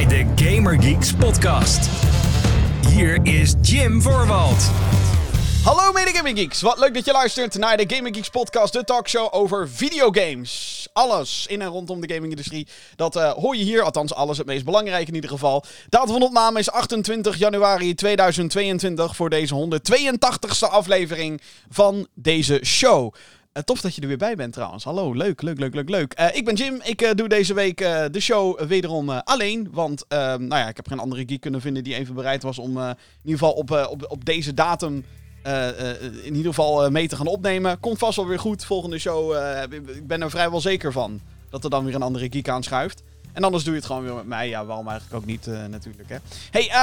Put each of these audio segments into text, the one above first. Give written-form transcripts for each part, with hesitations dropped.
bij de Gamer Geeks podcast. Hier is Jim Voorwald. Hallo mede Gaming Geeks, wat leuk dat je luistert naar de Gaming Geeks podcast, de talkshow over videogames. Alles in en rondom de gamingindustrie, dat hoor je hier, althans alles, het meest belangrijk in ieder geval. Datum van opname is 28 januari 2022 voor deze 182e aflevering van deze show. Tof dat je er weer bij bent trouwens. Hallo, leuk. Ik ben Jim. Ik doe deze week de show wederom alleen. Want ik heb geen andere geek kunnen vinden die even bereid was om in ieder geval op deze datum in ieder geval mee te gaan opnemen. Komt vast wel weer goed. Volgende show, ik ben er vrijwel zeker van dat er dan weer een andere geek aanschuift. En anders doe je het gewoon weer met mij. Ja, waarom eigenlijk ook niet natuurlijk, hè. Hey,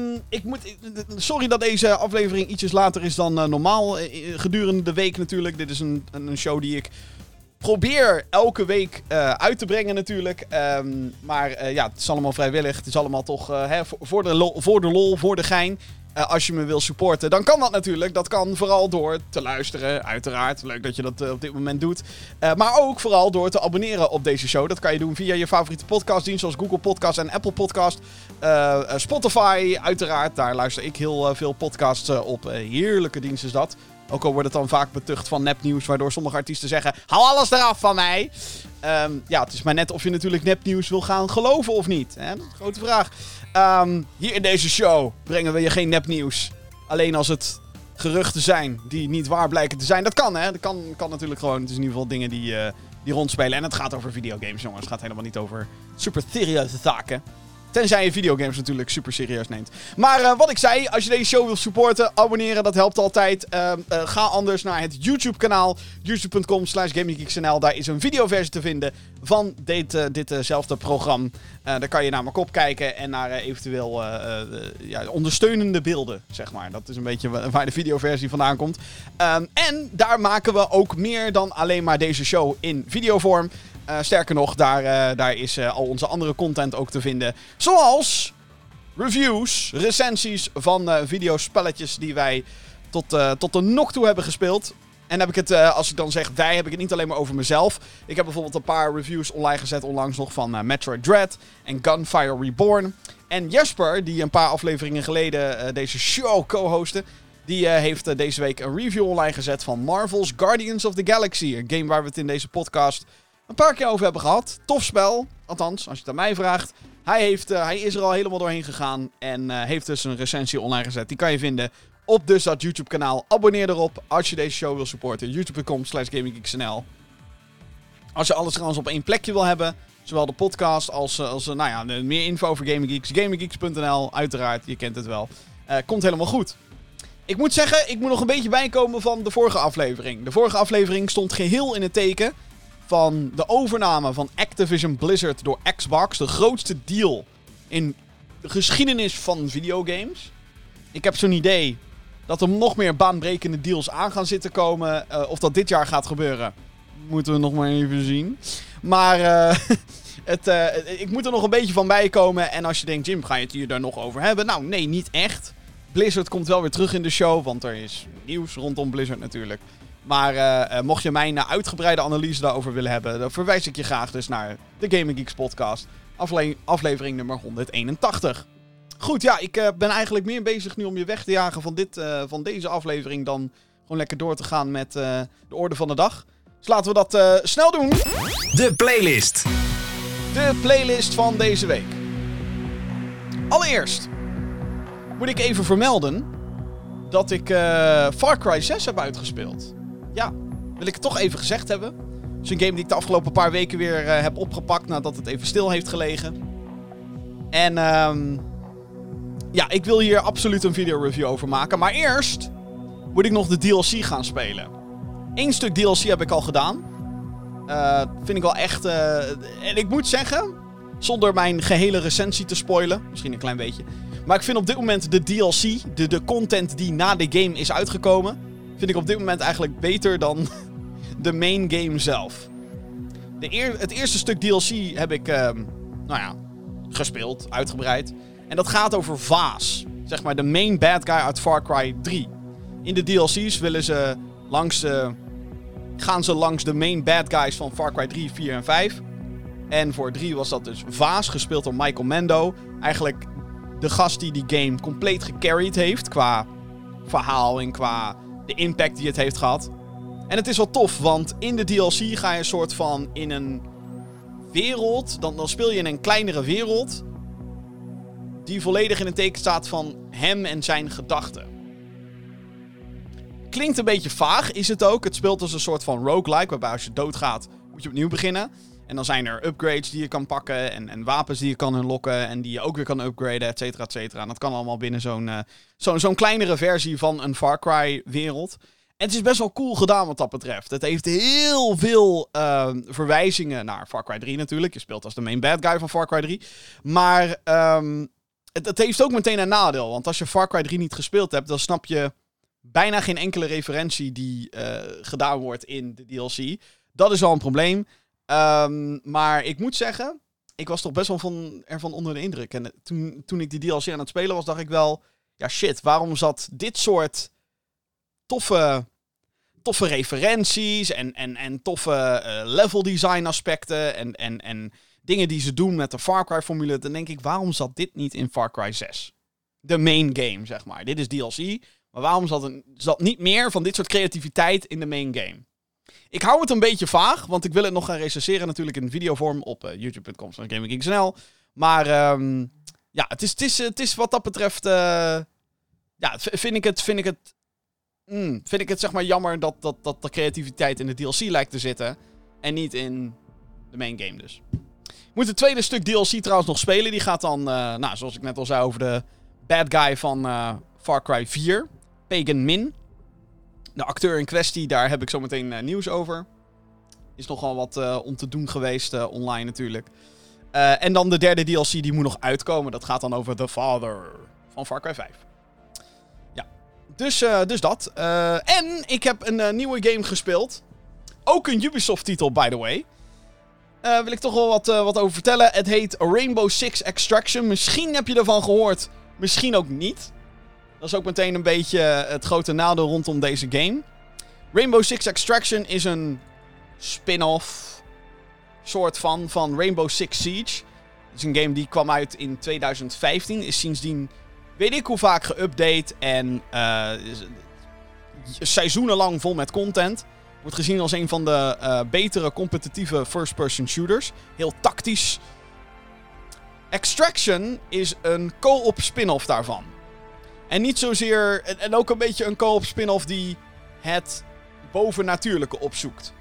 sorry dat deze aflevering ietsjes later is dan normaal. Gedurende de week natuurlijk. Dit is een show die ik probeer elke week uit te brengen natuurlijk. Maar het is allemaal vrijwillig. Het is allemaal toch voor de lol, voor de gein. Als je me wil supporten, dan kan dat natuurlijk. Dat kan vooral door te luisteren, uiteraard. Leuk dat je dat op dit moment doet. Maar ook vooral door te abonneren op deze show. Dat kan je doen via je favoriete podcastdienst, zoals Google Podcast en Apple Podcast. Spotify, uiteraard. Daar luister ik heel veel podcasts op. Heerlijke dienst is dat. Ook al wordt het dan vaak betucht van nepnieuws, waardoor sommige artiesten zeggen: hou alles eraf van mij. Het is maar net of je natuurlijk nepnieuws wil gaan geloven of niet. Hè? Dat is een grote vraag. Hier in deze show brengen we je geen nepnieuws. Alleen als het geruchten zijn die niet waar blijken te zijn. Dat kan, hè? Dat kan natuurlijk gewoon. Het is in ieder geval dingen die rondspelen. En het gaat over videogames, jongens. Het gaat helemaal niet over super serieuze zaken. Tenzij je videogames natuurlijk super serieus neemt. Maar wat ik zei, als je deze show wilt supporten, abonneren, dat helpt altijd. Ga anders naar het YouTube-kanaal. youtube.com/gaminggeeksnl. Daar is een videoversie te vinden van ditzelfde programma. Daar kan je namelijk op kijken en naar eventueel ondersteunende beelden, zeg maar. Dat is een beetje waar de videoversie vandaan komt. En daar maken we ook meer dan alleen maar deze show in videovorm. Sterker nog, daar is al onze andere content ook te vinden. Zoals reviews, recensies van videospelletjes die wij tot de nok toe hebben gespeeld. En heb ik het, als ik dan zeg wij, heb ik het niet alleen maar over mezelf. Ik heb bijvoorbeeld een paar reviews online gezet onlangs nog van Metroid Dread en Gunfire Reborn. En Jesper, die een paar afleveringen geleden deze show co-hostte, die heeft deze week een review online gezet van Marvel's Guardians of the Galaxy. Een game waar we het in deze podcast een paar keer over hebben gehad. Tof spel. Althans, als je het aan mij vraagt. Hij is er al helemaal doorheen gegaan. En heeft dus een recensie online gezet. Die kan je vinden op dus dat YouTube kanaal. Abonneer erop als je deze show wil supporten. youtube.com/gaminggeeksnl. Als je alles trouwens op één plekje wil hebben. Zowel de podcast als meer info over Gaming Geeks. gaminggeeks.nl, uiteraard. Je kent het wel. Komt helemaal goed. Ik moet zeggen, ik moet nog een beetje bijkomen van de vorige aflevering. De vorige aflevering stond geheel in het teken van de overname van Activision Blizzard door Xbox. De grootste deal in de geschiedenis van videogames. Ik heb zo'n idee dat er nog meer baanbrekende deals aan gaan zitten komen. Of dat dit jaar gaat gebeuren, moeten we nog maar even zien. Maar ik moet er nog een beetje van bijkomen. En als je denkt, Jim, ga je het hier daar nog over hebben? Nou, nee, niet echt. Blizzard komt wel weer terug in de show, want er is nieuws rondom Blizzard natuurlijk. Maar mocht je mijn uitgebreide analyse daarover willen hebben, dan verwijs ik je graag dus naar de Gaming Geeks podcast. Aflevering nummer 181. Goed, ja, ik ben eigenlijk meer bezig nu om je weg te jagen van deze aflevering dan gewoon lekker door te gaan met de orde van de dag. Dus laten we dat snel doen. De playlist. De playlist van deze week. Allereerst moet ik even vermelden dat ik Far Cry 6 heb uitgespeeld. Ja, wil ik het toch even gezegd hebben. Het is een game die ik de afgelopen paar weken weer heb opgepakt nadat het even stil heeft gelegen. En ik wil hier absoluut een video-review over maken. Maar eerst moet ik nog de DLC gaan spelen. 1 stuk DLC heb ik al gedaan. Vind ik wel echt. En ik moet zeggen, zonder mijn gehele recensie te spoilen, misschien een klein beetje. Maar ik vind op dit moment de DLC, de content die na de game is uitgekomen, vind ik op dit moment eigenlijk beter dan de main game zelf. Het eerste stuk DLC heb ik gespeeld, uitgebreid. En dat gaat over Vaas. Zeg maar de main bad guy uit Far Cry 3. In de DLC's gaan ze langs de main bad guys van Far Cry 3, 4 en 5. En voor 3 was dat dus Vaas, gespeeld door Michael Mando. Eigenlijk de gast die game compleet gecarried heeft qua verhaal en qua de impact die het heeft gehad. En het is wel tof, want in de DLC ga je een soort van in een wereld... Dan speel je in een kleinere wereld die volledig in het teken staat van hem en zijn gedachten. Klinkt een beetje vaag, is het ook. Het speelt als een soort van roguelike, waarbij als je doodgaat, moet je opnieuw beginnen. En dan zijn er upgrades die je kan pakken en wapens die je kan unlocken en die je ook weer kan upgraden, et cetera, et cetera. En dat kan allemaal binnen zo'n kleinere versie van een Far Cry wereld. En het is best wel cool gedaan wat dat betreft. Het heeft heel veel verwijzingen naar Far Cry 3 natuurlijk. Je speelt als de main bad guy van Far Cry 3. Maar het heeft ook meteen een nadeel. Want als je Far Cry 3 niet gespeeld hebt, dan snap je bijna geen enkele referentie die gedaan wordt in de DLC. Dat is wel een probleem. Maar ik moet zeggen, ik was toch best wel ervan onder de indruk. En toen ik die DLC aan het spelen was, dacht ik wel... Ja shit, waarom zat dit soort toffe referenties en toffe level design aspecten en dingen die ze doen met de Far Cry formule. Dan denk ik, waarom zat dit niet in Far Cry 6? De main game, zeg maar. Dit is DLC, maar waarom zat niet meer van dit soort creativiteit in de main game? Ik hou het een beetje vaag, want ik wil het nog gaan recenseren natuurlijk in videovorm op youtube.com/GamingGeeksNL. Maar ja, het is wat dat betreft... vind ik het zeg maar jammer dat de creativiteit in de DLC lijkt te zitten. En niet in de main game dus. Ik moet het tweede stuk DLC trouwens nog spelen. Die gaat dan, zoals ik net al zei, over de bad guy van Far Cry 4. Pagan Min. De acteur in kwestie, daar heb ik zo meteen nieuws over. Is nogal wat om te doen geweest online natuurlijk. En dan de derde DLC, die moet nog uitkomen. Dat gaat dan over The Father van Far Cry 5. Ja, dus dat. En ik heb een nieuwe game gespeeld. Ook een Ubisoft-titel, by the way. Wil ik toch wel wat over vertellen. Het heet Rainbow Six Extraction. Misschien heb je ervan gehoord, misschien ook niet. Dat is ook meteen een beetje het grote nadeel rondom deze game. Rainbow Six Extraction is een spin-off soort van Rainbow Six Siege. Het is een game die kwam uit in 2015. Is sindsdien weet ik hoe vaak geüpdate en seizoenenlang vol met content. Wordt gezien als een van de betere competitieve first-person shooters. Heel tactisch. Extraction is een co-op spin-off daarvan. En niet zozeer... En ook een beetje een co-op spin-off die het bovennatuurlijke opzoekt.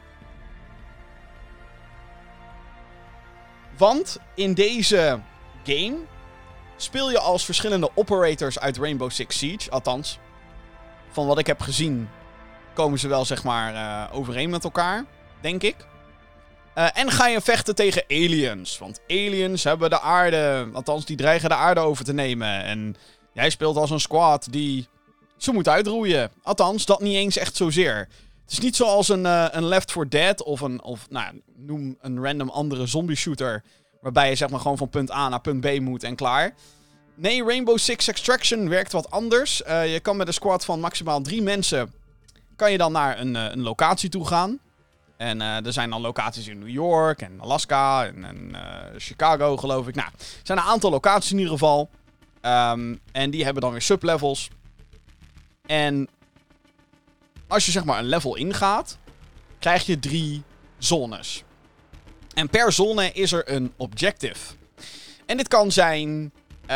Want in deze game speel je als verschillende operators uit Rainbow Six Siege. Althans, van wat ik heb gezien komen ze wel zeg maar overeen met elkaar, denk ik. En ga je vechten tegen aliens. Want aliens hebben de aarde... Althans, die dreigen de aarde over te nemen. En jij speelt als een squad die ze moet uitroeien. Althans, dat niet eens echt zozeer. Het is niet zoals een Left 4 Dead of noem een random andere zombie shooter, waarbij je zeg maar gewoon van punt A naar punt B moet en klaar. Nee, Rainbow Six Extraction werkt wat anders. Je kan met een squad van maximaal 3 mensen kan je dan naar een locatie toe gaan. En er zijn dan locaties in New York en Alaska en Chicago, geloof ik. Nou, er zijn een aantal locaties in ieder geval. En die hebben dan weer sublevels. En als je zeg maar een level ingaat, krijg je 3 zones. En per zone is er een objective. En dit kan zijn...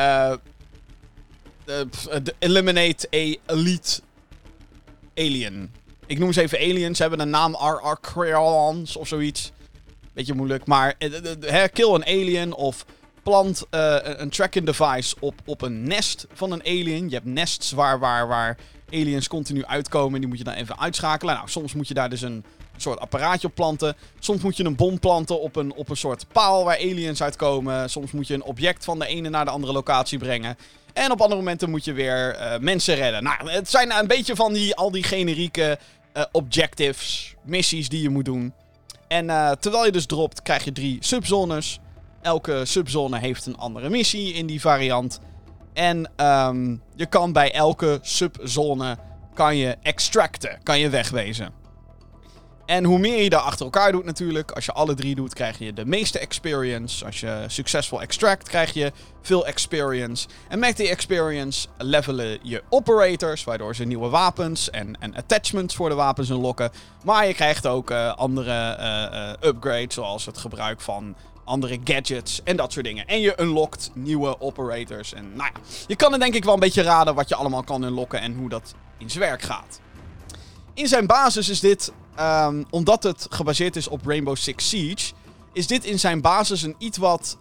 eliminate a elite alien. Ik noem ze even aliens. Ze hebben een naam, Arcreons of zoiets. Beetje moeilijk, maar kill een alien of plant een tracking device op een nest van een alien. Je hebt nests waar aliens continu uitkomen. Die moet je dan even uitschakelen. Nou, soms moet je daar dus een soort apparaatje op planten. Soms moet je een bom planten op een soort paal waar aliens uitkomen. Soms moet je een object van de ene naar de andere locatie brengen. En op andere momenten moet je weer mensen redden. Nou, het zijn een beetje van al die generieke objectives, missies die je moet doen. En terwijl je dus dropt, krijg je 3 subzones. Elke subzone heeft een andere missie in die variant. En je kan bij elke subzone kan je extracten, kan je wegwezen. En hoe meer je daar achter elkaar doet natuurlijk. Als je alle 3 doet, krijg je de meeste experience. Als je succesvol extract, krijg je veel experience. En met die experience levelen je operators, waardoor ze nieuwe wapens en attachments voor de wapens unlocken. Maar je krijgt ook andere upgrades, zoals het gebruik van andere gadgets en dat soort dingen. En je unlockt nieuwe operators. En nou ja, je kan er denk ik wel een beetje raden wat je allemaal kan unlocken en hoe dat in zijn werk gaat. In zijn basis is dit, omdat het gebaseerd is op Rainbow Six Siege, is dit in zijn basis een iets wat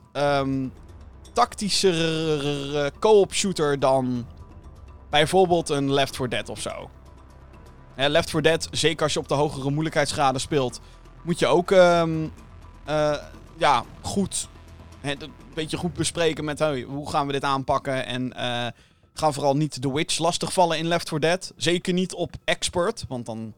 tactischer co-op shooter dan bijvoorbeeld een Left 4 Dead of zo. Left 4 Dead, zeker als je op de hogere moeilijkheidsgraden speelt, moet je ook goed, een beetje goed bespreken met hoe gaan we dit aanpakken. En ga vooral niet de Witch lastigvallen in Left 4 Dead. Zeker niet op expert, want dan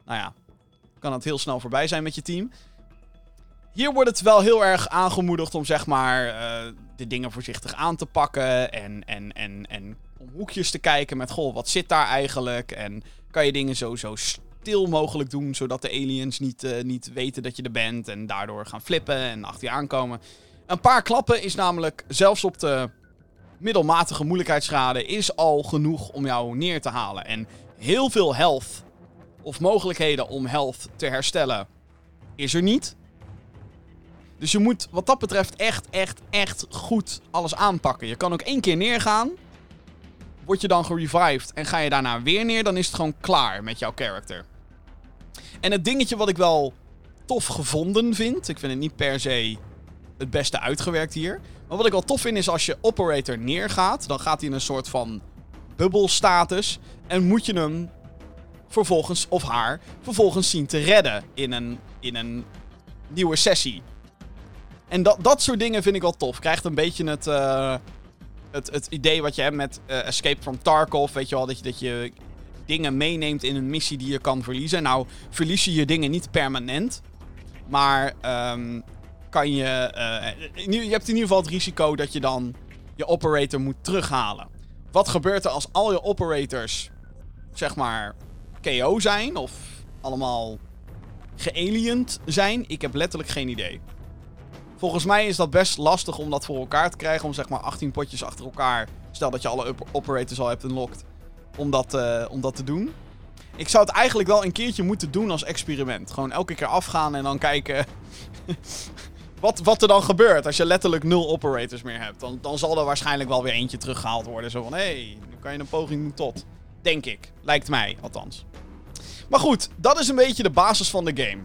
kan het heel snel voorbij zijn met je team. Hier wordt het wel heel erg aangemoedigd om zeg maar de dingen voorzichtig aan te pakken. En om hoekjes te kijken met, goh, wat zit daar eigenlijk? En kan je dingen zo stil mogelijk doen, zodat de aliens niet weten dat je er bent. En daardoor gaan flippen en achter je aankomen. Een paar klappen is namelijk, zelfs op de middelmatige moeilijkheidsgraden, is al genoeg om jou neer te halen. En heel veel health, of mogelijkheden om health te herstellen, is er niet. Dus je moet wat dat betreft echt goed alles aanpakken. Je kan ook 1 keer neergaan. Word je dan gerevived en ga je daarna weer neer, dan is het gewoon klaar met jouw character. En het dingetje wat ik wel tof gevonden vind, ik vind het niet per se het beste uitgewerkt hier, maar wat ik wel tof vind is als je operator neergaat, dan gaat hij in een soort van bubbelstatus en moet je hem vervolgens, of haar, vervolgens zien te redden in een nieuwe sessie. En dat soort dingen vind ik wel tof. Krijgt een beetje het idee wat je hebt met Escape from Tarkov. Weet je wel, dat je dingen meeneemt in een missie die je kan verliezen. Nou, verlies je dingen niet permanent. Maar kan je hebt in ieder geval het risico dat je dan je operator moet terughalen. Wat gebeurt er als al je operators, zeg maar, KO zijn? Of allemaal gealiened zijn? Ik heb letterlijk geen idee. Volgens mij is dat best lastig om dat voor elkaar te krijgen. Om zeg maar 18 potjes achter elkaar, stel dat je alle operators al hebt unlocked, om dat te doen. Ik zou het eigenlijk wel een keertje moeten doen als experiment. Gewoon elke keer afgaan en dan kijken wat er dan gebeurt als je letterlijk 0 operators meer hebt. Dan zal er waarschijnlijk wel weer eentje teruggehaald worden. Zo van, nu kan je een poging doen tot. Denk ik. Lijkt mij, althans. Maar goed, dat is een beetje de basis van de game.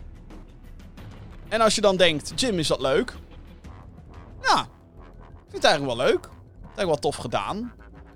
En als je dan denkt, Jim, is dat leuk? Ja, ik vind het eigenlijk wel leuk. Het is eigenlijk wel tof gedaan.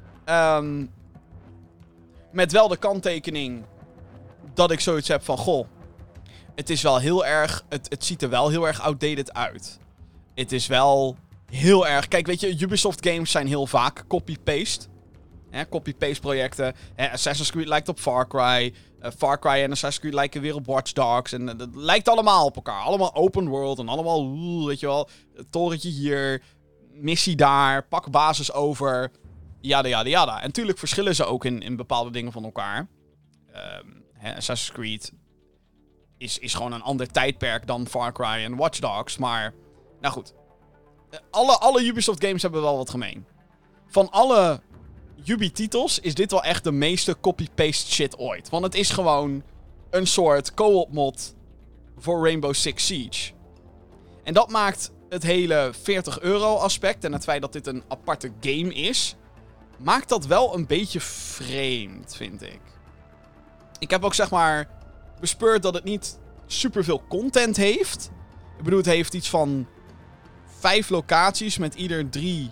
Met wel de kanttekening dat ik zoiets heb van, goh, het is wel heel erg, het ziet er wel heel erg outdated uit. Het is wel heel erg, kijk, weet je, Ubisoft games zijn heel vaak copy-paste. Copy-paste projecten. Assassin's Creed lijkt op Far Cry. Far Cry en Assassin's Creed lijken weer op Watch Dogs. En dat lijkt allemaal op elkaar. Allemaal open world en allemaal, weet je wel, torentje hier, missie daar, pak basis over, yada. En natuurlijk verschillen ze ook in bepaalde dingen van elkaar. Assassin's Creed is gewoon een ander tijdperk dan Far Cry en Watch Dogs. Maar, nou goed. Alle Ubisoft games hebben wel wat gemeen. Van alle Ubi-titels is dit wel echt de meeste copy-paste shit ooit. Want het is gewoon een soort co-op mod voor Rainbow Six Siege. En dat maakt het hele €40 aspect en het feit dat dit een aparte game is, maakt dat wel een beetje vreemd, vind ik. Ik heb ook zeg maar bespeurd dat het niet superveel content heeft. Ik bedoel, het heeft iets van 5 locaties met ieder 3...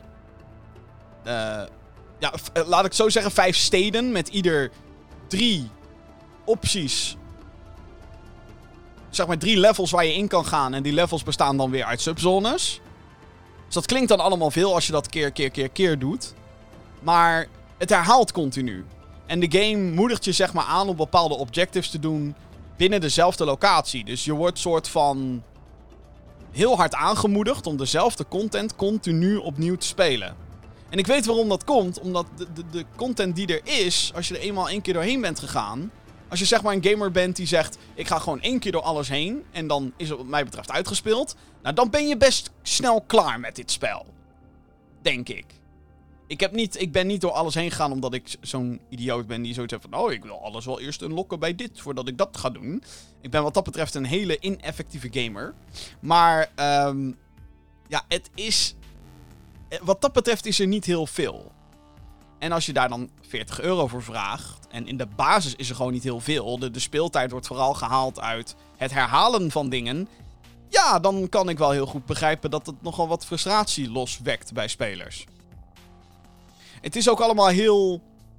laat ik zo zeggen, 5 steden met ieder 3 opties. Zeg maar 3 levels waar je in kan gaan. En die levels bestaan dan weer uit subzones. Dus dat klinkt dan allemaal veel als je dat keer doet. Maar het herhaalt continu. En de game moedigt je zeg maar aan om bepaalde objectives te doen binnen dezelfde locatie. Dus je wordt soort van heel hard aangemoedigd om dezelfde content continu opnieuw te spelen. En ik weet waarom dat komt. Omdat de content die er is, als je er eenmaal 1 keer doorheen bent gegaan, Als je zeg maar een gamer bent die zegt, ik ga gewoon 1 keer door alles heen en dan is het wat mij betreft uitgespeeld. Nou, dan ben je best snel klaar met dit spel. Denk ik. Ik ben niet door alles heen gegaan omdat ik zo'n idioot ben die zoiets heeft van, ik wil alles wel eerst unlocken bij dit voordat ik dat ga doen. Ik ben wat dat betreft een hele ineffectieve gamer. Maar, het is... Wat dat betreft is er niet heel veel. En als je daar dan €40 voor vraagt, en in de basis is er gewoon niet heel veel, de speeltijd wordt vooral gehaald uit het herhalen van dingen, ja, dan kan ik wel heel goed begrijpen dat het nogal wat frustratie loswekt bij spelers. Het is ook allemaal heel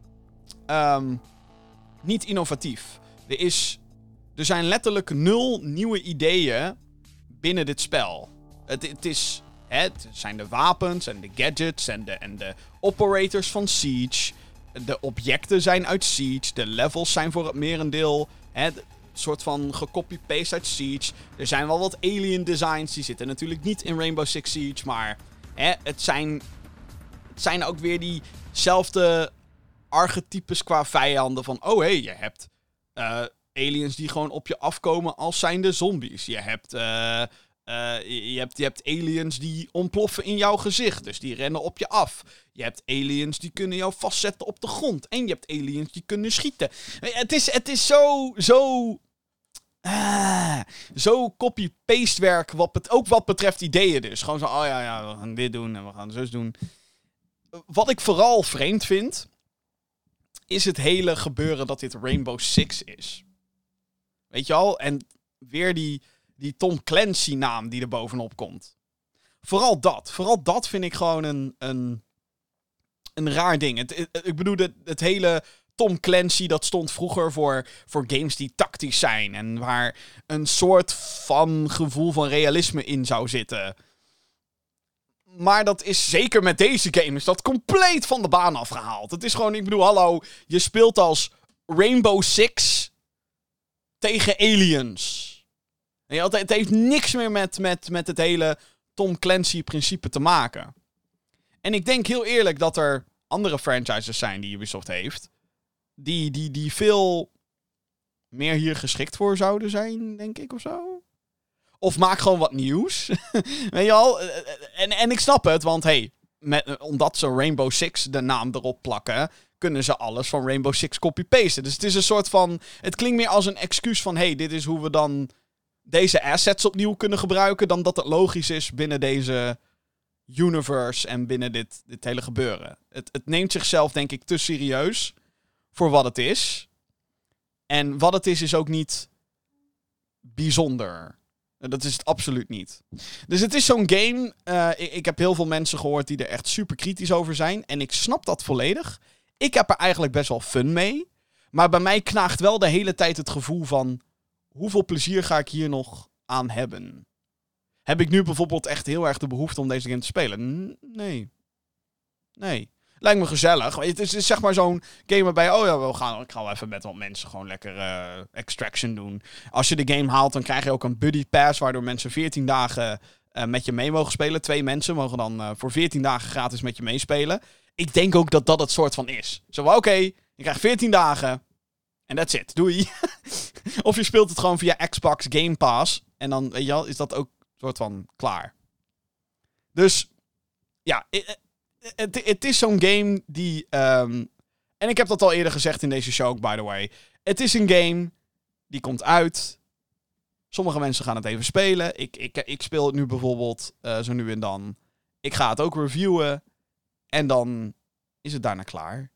niet innovatief. Er zijn letterlijk 0 nieuwe ideeën binnen dit spel. Het zijn de wapens en de gadgets en de operators van Siege. De objecten zijn uit Siege. De levels zijn voor het merendeel een soort van gecopy-paste uit Siege. Er zijn wel wat alien designs. Die zitten natuurlijk niet in Rainbow Six Siege. Maar het zijn ook weer diezelfde archetypes qua vijanden. Van, je hebt aliens die gewoon op je afkomen als zijnde zombies. Je hebt aliens die ontploffen in jouw gezicht. Dus die rennen op je af. Je hebt aliens die kunnen jou vastzetten op de grond. En je hebt aliens die kunnen schieten. Het is zo copy-paste werk. Wat betreft ideeën dus. Gewoon zo, we gaan dit doen en we gaan zus doen. Wat ik vooral vreemd vind, is het hele gebeuren dat dit Rainbow Six is. Weet je al? En weer die Tom Clancy naam die er bovenop komt. Vooral dat vind ik gewoon een raar ding. Ik bedoel, het hele Tom Clancy, dat stond vroeger voor games die tactisch zijn. En waar een soort van gevoel van realisme in zou zitten. Maar dat is zeker met deze game is dat compleet van de baan afgehaald. Het is gewoon, ik bedoel, hallo, je speelt als Rainbow Six tegen aliens. Het heeft niks meer met het hele Tom Clancy-principe te maken. En ik denk heel eerlijk dat er andere franchises zijn die Ubisoft heeft, die veel meer hier geschikt voor zouden zijn, denk ik, of zo. Of maak gewoon wat nieuws. Weet je al? En ik snap het, want omdat ze Rainbow Six de naam erop plakken, kunnen ze alles van Rainbow Six copy-pasten. Dus het is een soort van... Het klinkt meer als een excuus van, dit is hoe we dan deze assets opnieuw kunnen gebruiken, dan dat het logisch is binnen deze universe en binnen dit hele gebeuren. Het neemt zichzelf, denk ik, te serieus voor wat het is. En wat het is ook niet bijzonder. Dat is het absoluut niet. Dus het is zo'n game. Ik heb heel veel mensen gehoord die er echt super kritisch over zijn. En ik snap dat volledig. Ik heb er eigenlijk best wel fun mee. Maar bij mij knaagt wel de hele tijd het gevoel van, hoeveel plezier ga ik hier nog aan hebben? Heb ik nu bijvoorbeeld echt heel erg de behoefte om deze game te spelen? Nee. Lijkt me gezellig. Het is zeg maar zo'n game waarbij, ik ga wel even met wat mensen gewoon lekker extraction doen. Als je de game haalt, dan krijg je ook een buddy pass, waardoor mensen 14 dagen met je mee mogen spelen. 2 mensen mogen dan voor 14 dagen gratis met je meespelen. Ik denk ook dat dat het soort van is. Zo, oké, je krijgt 14 dagen en that's it. Doei. Of je speelt het gewoon via Xbox Game Pass en dan, weet je wel, is dat ook soort van klaar. Dus, ja, het is zo'n game die... en ik heb dat al eerder gezegd in deze show ook, by the way. Het is een game die komt uit. Sommige mensen gaan het even spelen. Ik speel het nu bijvoorbeeld zo nu en dan. Ik ga het ook reviewen. En dan is het daarna klaar.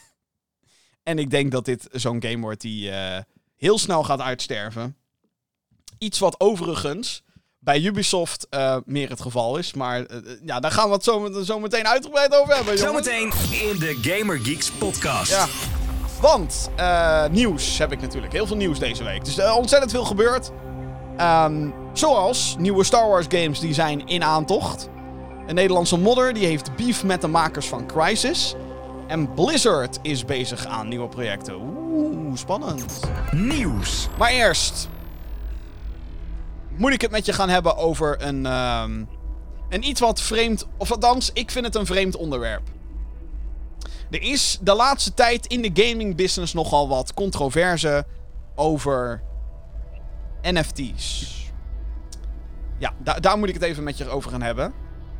En ik denk dat dit zo'n game wordt die heel snel gaat uitsterven. Iets wat overigens bij Ubisoft meer het geval is. Maar daar gaan we het zo meteen uitgebreid over hebben. Zometeen in de Gamer Geeks podcast. Ja, want nieuws heb ik natuurlijk. Heel veel nieuws deze week. Dus ontzettend veel gebeurd. Zoals nieuwe Star Wars games die zijn in aantocht. Een Nederlandse modder die heeft beef met de makers van Crysis. En Blizzard is bezig aan nieuwe projecten. Oeh, spannend. Nieuws. Maar eerst moet ik het met je gaan hebben over een iets wat vreemd... Of althans, ik vind het een vreemd onderwerp. Er is de laatste tijd in de gaming business nogal wat controverse over NFT's. Ja, daar moet ik het even met je over gaan hebben.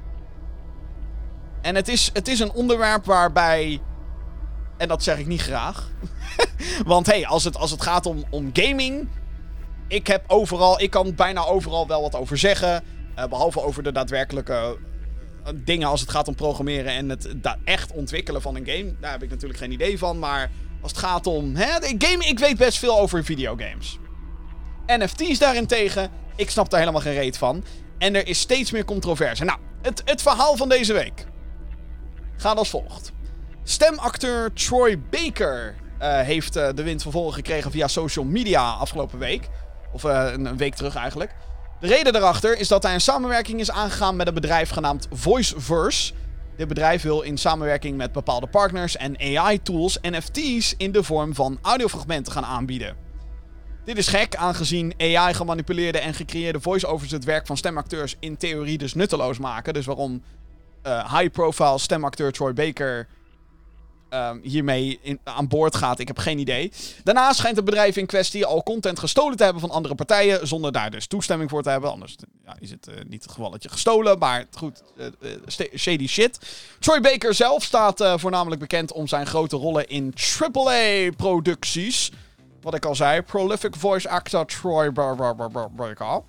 En het is een onderwerp waarbij... En dat zeg ik niet graag. Want hey, als het gaat om gaming... Ik kan bijna overal wel wat over zeggen. Behalve over de daadwerkelijke dingen als het gaat om programmeren en het echt ontwikkelen van een game. Daar heb ik natuurlijk geen idee van. Maar als het gaat om gaming, ik weet best veel over videogames. NFT's daarentegen, ik snap daar helemaal geen reet van. En er is steeds meer controverse. Nou, het verhaal van deze week gaat als volgt. Stemacteur Troy Baker heeft de wind van voren gekregen via social media afgelopen week. Of een week terug eigenlijk. De reden daarachter is dat hij een samenwerking is aangegaan met een bedrijf genaamd Voiceverse. Dit bedrijf wil in samenwerking met bepaalde partners en AI-tools NFT's in de vorm van audiofragmenten gaan aanbieden. Dit is gek, aangezien AI gemanipuleerde en gecreëerde voice-overs het werk van stemacteurs in theorie dus nutteloos maken. Dus waarom high-profile stemacteur Troy Baker hiermee aan boord gaat, ik heb geen idee. Daarnaast schijnt het bedrijf in kwestie al content gestolen te hebben van andere partijen, zonder daar dus toestemming voor te hebben. Anders is het niet het gevalletje gestolen, maar goed, shady shit. Troy Baker zelf staat voornamelijk bekend om zijn grote rollen in AAA-producties. Wat ik al zei, prolific voice actor Troy Baker.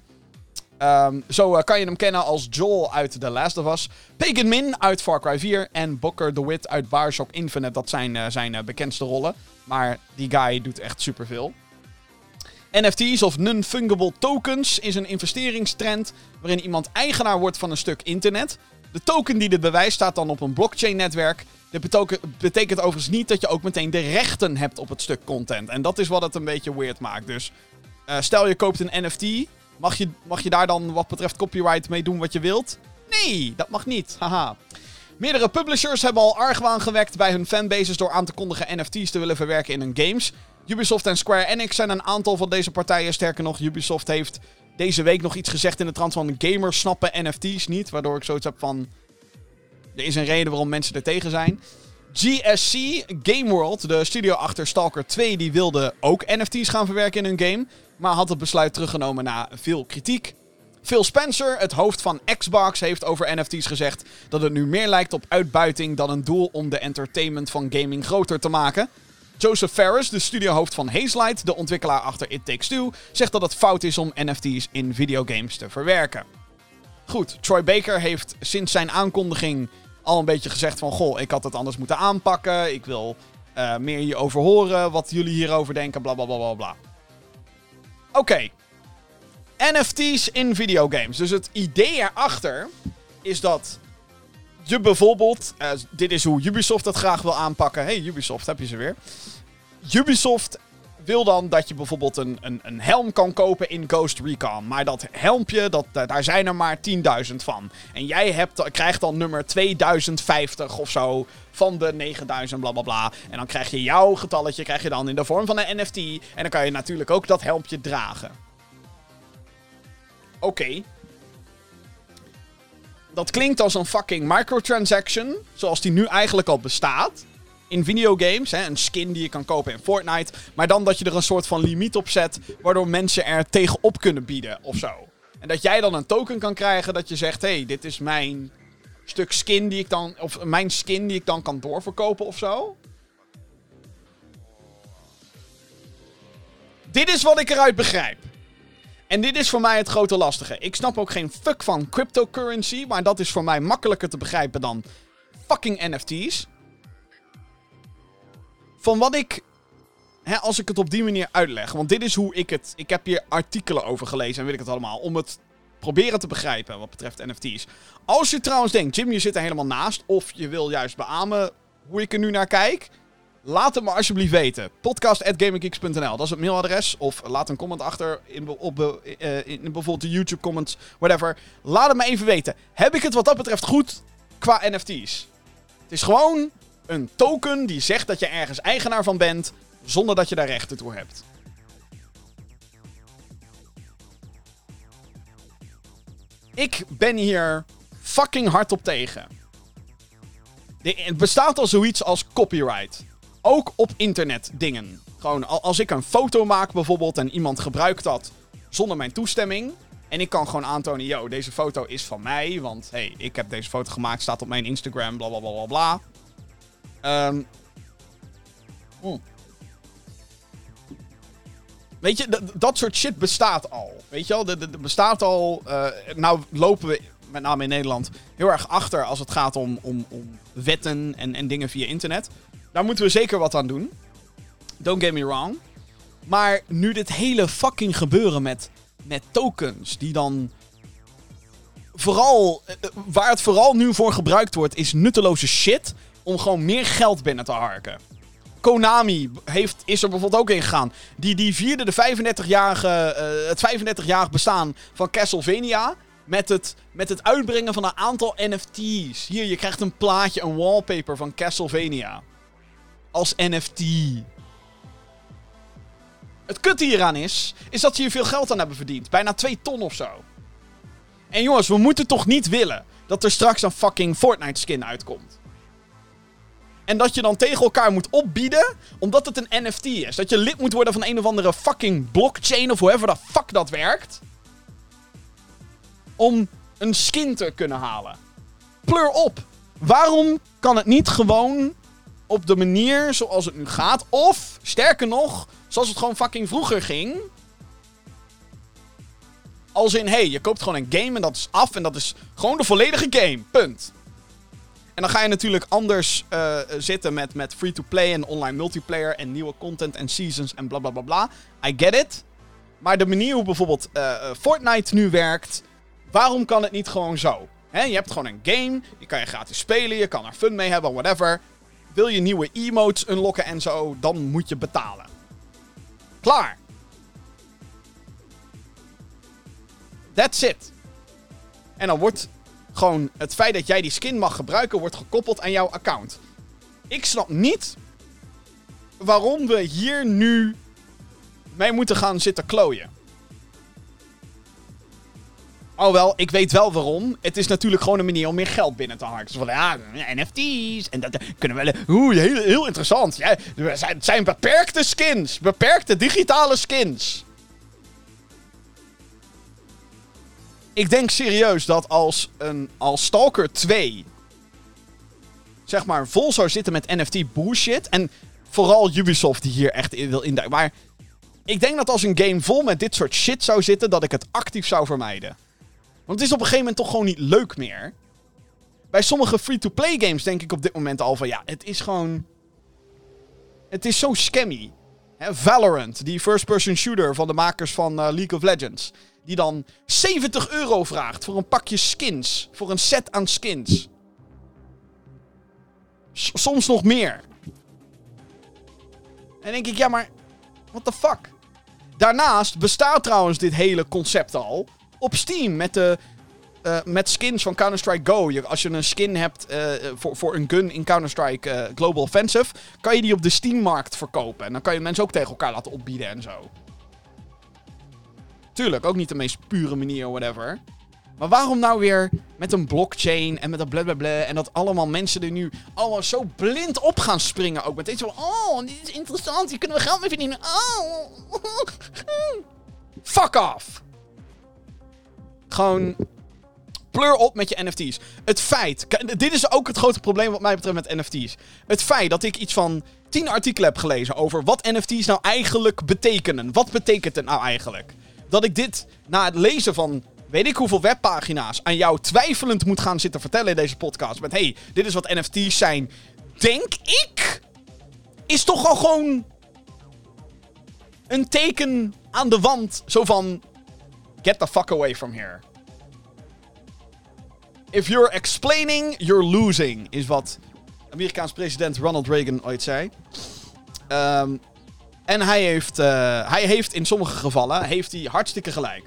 Zo kan je hem kennen als Joel uit The Last of Us, Pagan Min uit Far Cry 4 en Booker DeWitt uit BioShock Infinite. Dat zijn zijn bekendste rollen. Maar die guy doet echt superveel. NFT's of Non-Fungible Tokens is een investeringstrend waarin iemand eigenaar wordt van een stuk internet. De token die dit bewijst staat dan op een blockchain-netwerk. Dit betekent overigens niet dat je ook meteen de rechten hebt op het stuk content. En dat is wat het een beetje weird maakt. Dus stel je koopt een NFT... Mag je daar dan wat betreft copyright mee doen wat je wilt? Nee, dat mag niet. Haha. Meerdere publishers hebben al argwaan gewekt bij hun fanbases door aan te kondigen NFT's te willen verwerken in hun games. Ubisoft en Square Enix zijn een aantal van deze partijen. Sterker nog, Ubisoft heeft deze week nog iets gezegd in de trant van gamers snappen NFT's niet. Waardoor ik zoiets heb van... Er is een reden waarom mensen er tegen zijn. GSC Game World, de studio achter Stalker 2, die wilde ook NFT's gaan verwerken in hun game, maar had het besluit teruggenomen na veel kritiek. Phil Spencer, het hoofd van Xbox, heeft over NFT's gezegd dat het nu meer lijkt op uitbuiting dan een doel om de entertainment van gaming groter te maken. Joseph Fares, de studiohoofd van Hazelight, de ontwikkelaar achter It Takes Two, zegt dat het fout is om NFT's in videogames te verwerken. Goed, Troy Baker heeft sinds zijn aankondiging al een beetje gezegd van... Goh, ik had het anders moeten aanpakken. Ik wil meer hierover horen. Wat jullie hierover denken. Blablabla. Oké. NFT's in videogames. Dus het idee erachter is dat je bijvoorbeeld... dit is hoe Ubisoft het graag wil aanpakken. Hey Ubisoft, heb je ze weer. Ubisoft wil dan dat je bijvoorbeeld een helm kan kopen in Ghost Recon. Maar dat helmpje, daar zijn er maar 10.000 van. En jij krijgt dan nummer 2050 of zo van de 9000 blablabla. En dan krijg je jouw getalletje dan in de vorm van een NFT. En dan kan je natuurlijk ook dat helmpje dragen. Oké. Dat klinkt als een fucking microtransaction. Zoals die nu eigenlijk al bestaat. In videogames, een skin die je kan kopen in Fortnite. Maar dan dat je er een soort van limiet op zet, waardoor mensen er tegenop kunnen bieden of zo. En dat jij dan een token kan krijgen dat je zegt, hey, dit is mijn stuk skin die ik dan, of mijn skin die ik dan kan doorverkopen of zo. Dit is wat ik eruit begrijp. En dit is voor mij het grote lastige. Ik snap ook geen fuck van cryptocurrency, maar dat is voor mij makkelijker te begrijpen dan fucking NFT's. Van wat ik... als ik het op die manier uitleg. Want dit is hoe ik het... Ik heb hier artikelen over gelezen en weet ik het allemaal. Om het proberen te begrijpen wat betreft NFT's. Als je trouwens denkt, Jim, je zit er helemaal naast. Of je wil juist beamen hoe ik er nu naar kijk. Laat het me alsjeblieft weten. podcast@gaminggeeks.nl. Dat is het mailadres. Of laat een comment achter in bijvoorbeeld de YouTube comments. Whatever. Laat het me even weten. Heb ik het wat dat betreft goed qua NFT's? Het is gewoon een token die zegt dat je ergens eigenaar van bent, zonder dat je daar rechten toe hebt. Ik ben hier fucking hard op tegen. Het bestaat al zoiets als copyright. Ook op internet dingen. Gewoon, als ik een foto maak bijvoorbeeld en iemand gebruikt dat zonder mijn toestemming. En ik kan gewoon aantonen, yo, deze foto is van mij. Want, hey, ik heb deze foto gemaakt, staat op mijn Instagram, bla bla bla bla bla. Weet je, dat soort shit bestaat al. Weet je wel, er bestaat al. Nou lopen we, met name in Nederland, heel erg achter als het gaat om wetten en dingen via internet. Daar moeten we zeker wat aan doen. Don't get me wrong. Maar nu dit hele fucking gebeuren met tokens, die dan vooral, waar het vooral nu voor gebruikt wordt, is nutteloze shit om gewoon meer geld binnen te harken. Konami is er bijvoorbeeld ook in gegaan. Die vierde het 35-jarig bestaan van Castlevania met het uitbrengen van een aantal NFT's. Hier, je krijgt een plaatje, een wallpaper van Castlevania. Als NFT. Het kutte hieraan is dat ze hier veel geld aan hebben verdiend. Bijna 2 ton of zo. En jongens, we moeten toch niet willen dat er straks een fucking Fortnite skin uitkomt. En dat je dan tegen elkaar moet opbieden, omdat het een NFT is. Dat je lid moet worden van een of andere fucking blockchain of hoever the fuck dat werkt. Om een skin te kunnen halen. Pleur op. Waarom kan het niet gewoon op de manier zoals het nu gaat? Of, sterker nog, zoals het gewoon fucking vroeger ging. Als in, hey, je koopt gewoon een game en dat is af en dat is gewoon de volledige game. Punt. En dan ga je natuurlijk anders zitten met free-to-play en online multiplayer en nieuwe content en seasons en blablabla. Bla, bla, bla. I get it. Maar de manier hoe bijvoorbeeld Fortnite nu werkt, waarom kan het niet gewoon zo? Hè, je hebt gewoon een game, die kan je gratis spelen, je kan er fun mee hebben, whatever. Wil je nieuwe emotes unlocken en zo, dan moet je betalen. Klaar. That's it. En dan wordt gewoon het feit dat jij die skin mag gebruiken, wordt gekoppeld aan jouw account. Ik snap niet waarom we hier nu mee moeten gaan zitten klooien. Oh wel, ik weet wel waarom. Het is natuurlijk gewoon een manier om meer geld binnen te harken. Dus van, ja, NFT's. En dat kunnen we wel. Heel interessant. Ja, het zijn beperkte skins. Beperkte digitale skins. Ik denk serieus dat als Stalker 2 zeg maar vol zou zitten met NFT bullshit. En vooral Ubisoft die hier echt wil induiken. Maar ik denk dat als een game vol met dit soort shit zou zitten, dat ik het actief zou vermijden. Want het is op een gegeven moment toch gewoon niet leuk meer. Bij sommige free-to-play games denk ik op dit moment al van, ja, het is gewoon, het is zo scammy. Hè, Valorant, die first-person shooter van de makers van League of Legends. Die dan €70 vraagt voor een pakje skins. Voor een set aan skins. Soms nog meer. En dan denk ik, ja maar, what the fuck? Daarnaast bestaat trouwens dit hele concept al op Steam met skins van Counter-Strike Go. Als je een skin hebt voor een gun in Counter-Strike Global Offensive, kan je die op de Steam-markt verkopen. En dan kan je mensen ook tegen elkaar laten opbieden en zo. Tuurlijk, ook niet de meest pure manier, whatever. Maar waarom nou weer met een blockchain en met een blablabla en dat allemaal mensen er nu allemaal zo blind op gaan springen ook. Met deze van, oh, dit is interessant, hier kunnen we geld mee verdienen. Oh. Fuck off. Gewoon pleur op met je NFT's. Het feit, dit is ook het grote probleem wat mij betreft met NFT's. Het feit dat ik iets van 10 artikelen heb gelezen over wat NFT's nou eigenlijk betekenen. Wat betekent het nou eigenlijk? Dat ik dit na het lezen van weet ik hoeveel webpagina's aan jou twijfelend moet gaan zitten vertellen in deze podcast. Met hey, dit is wat NFT's zijn. Denk ik, is toch al gewoon een teken aan de wand. Zo van, get the fuck away from here. If you're explaining, you're losing. Is wat Amerikaans president Ronald Reagan ooit zei. En hij heeft in sommige gevallen hartstikke gelijk.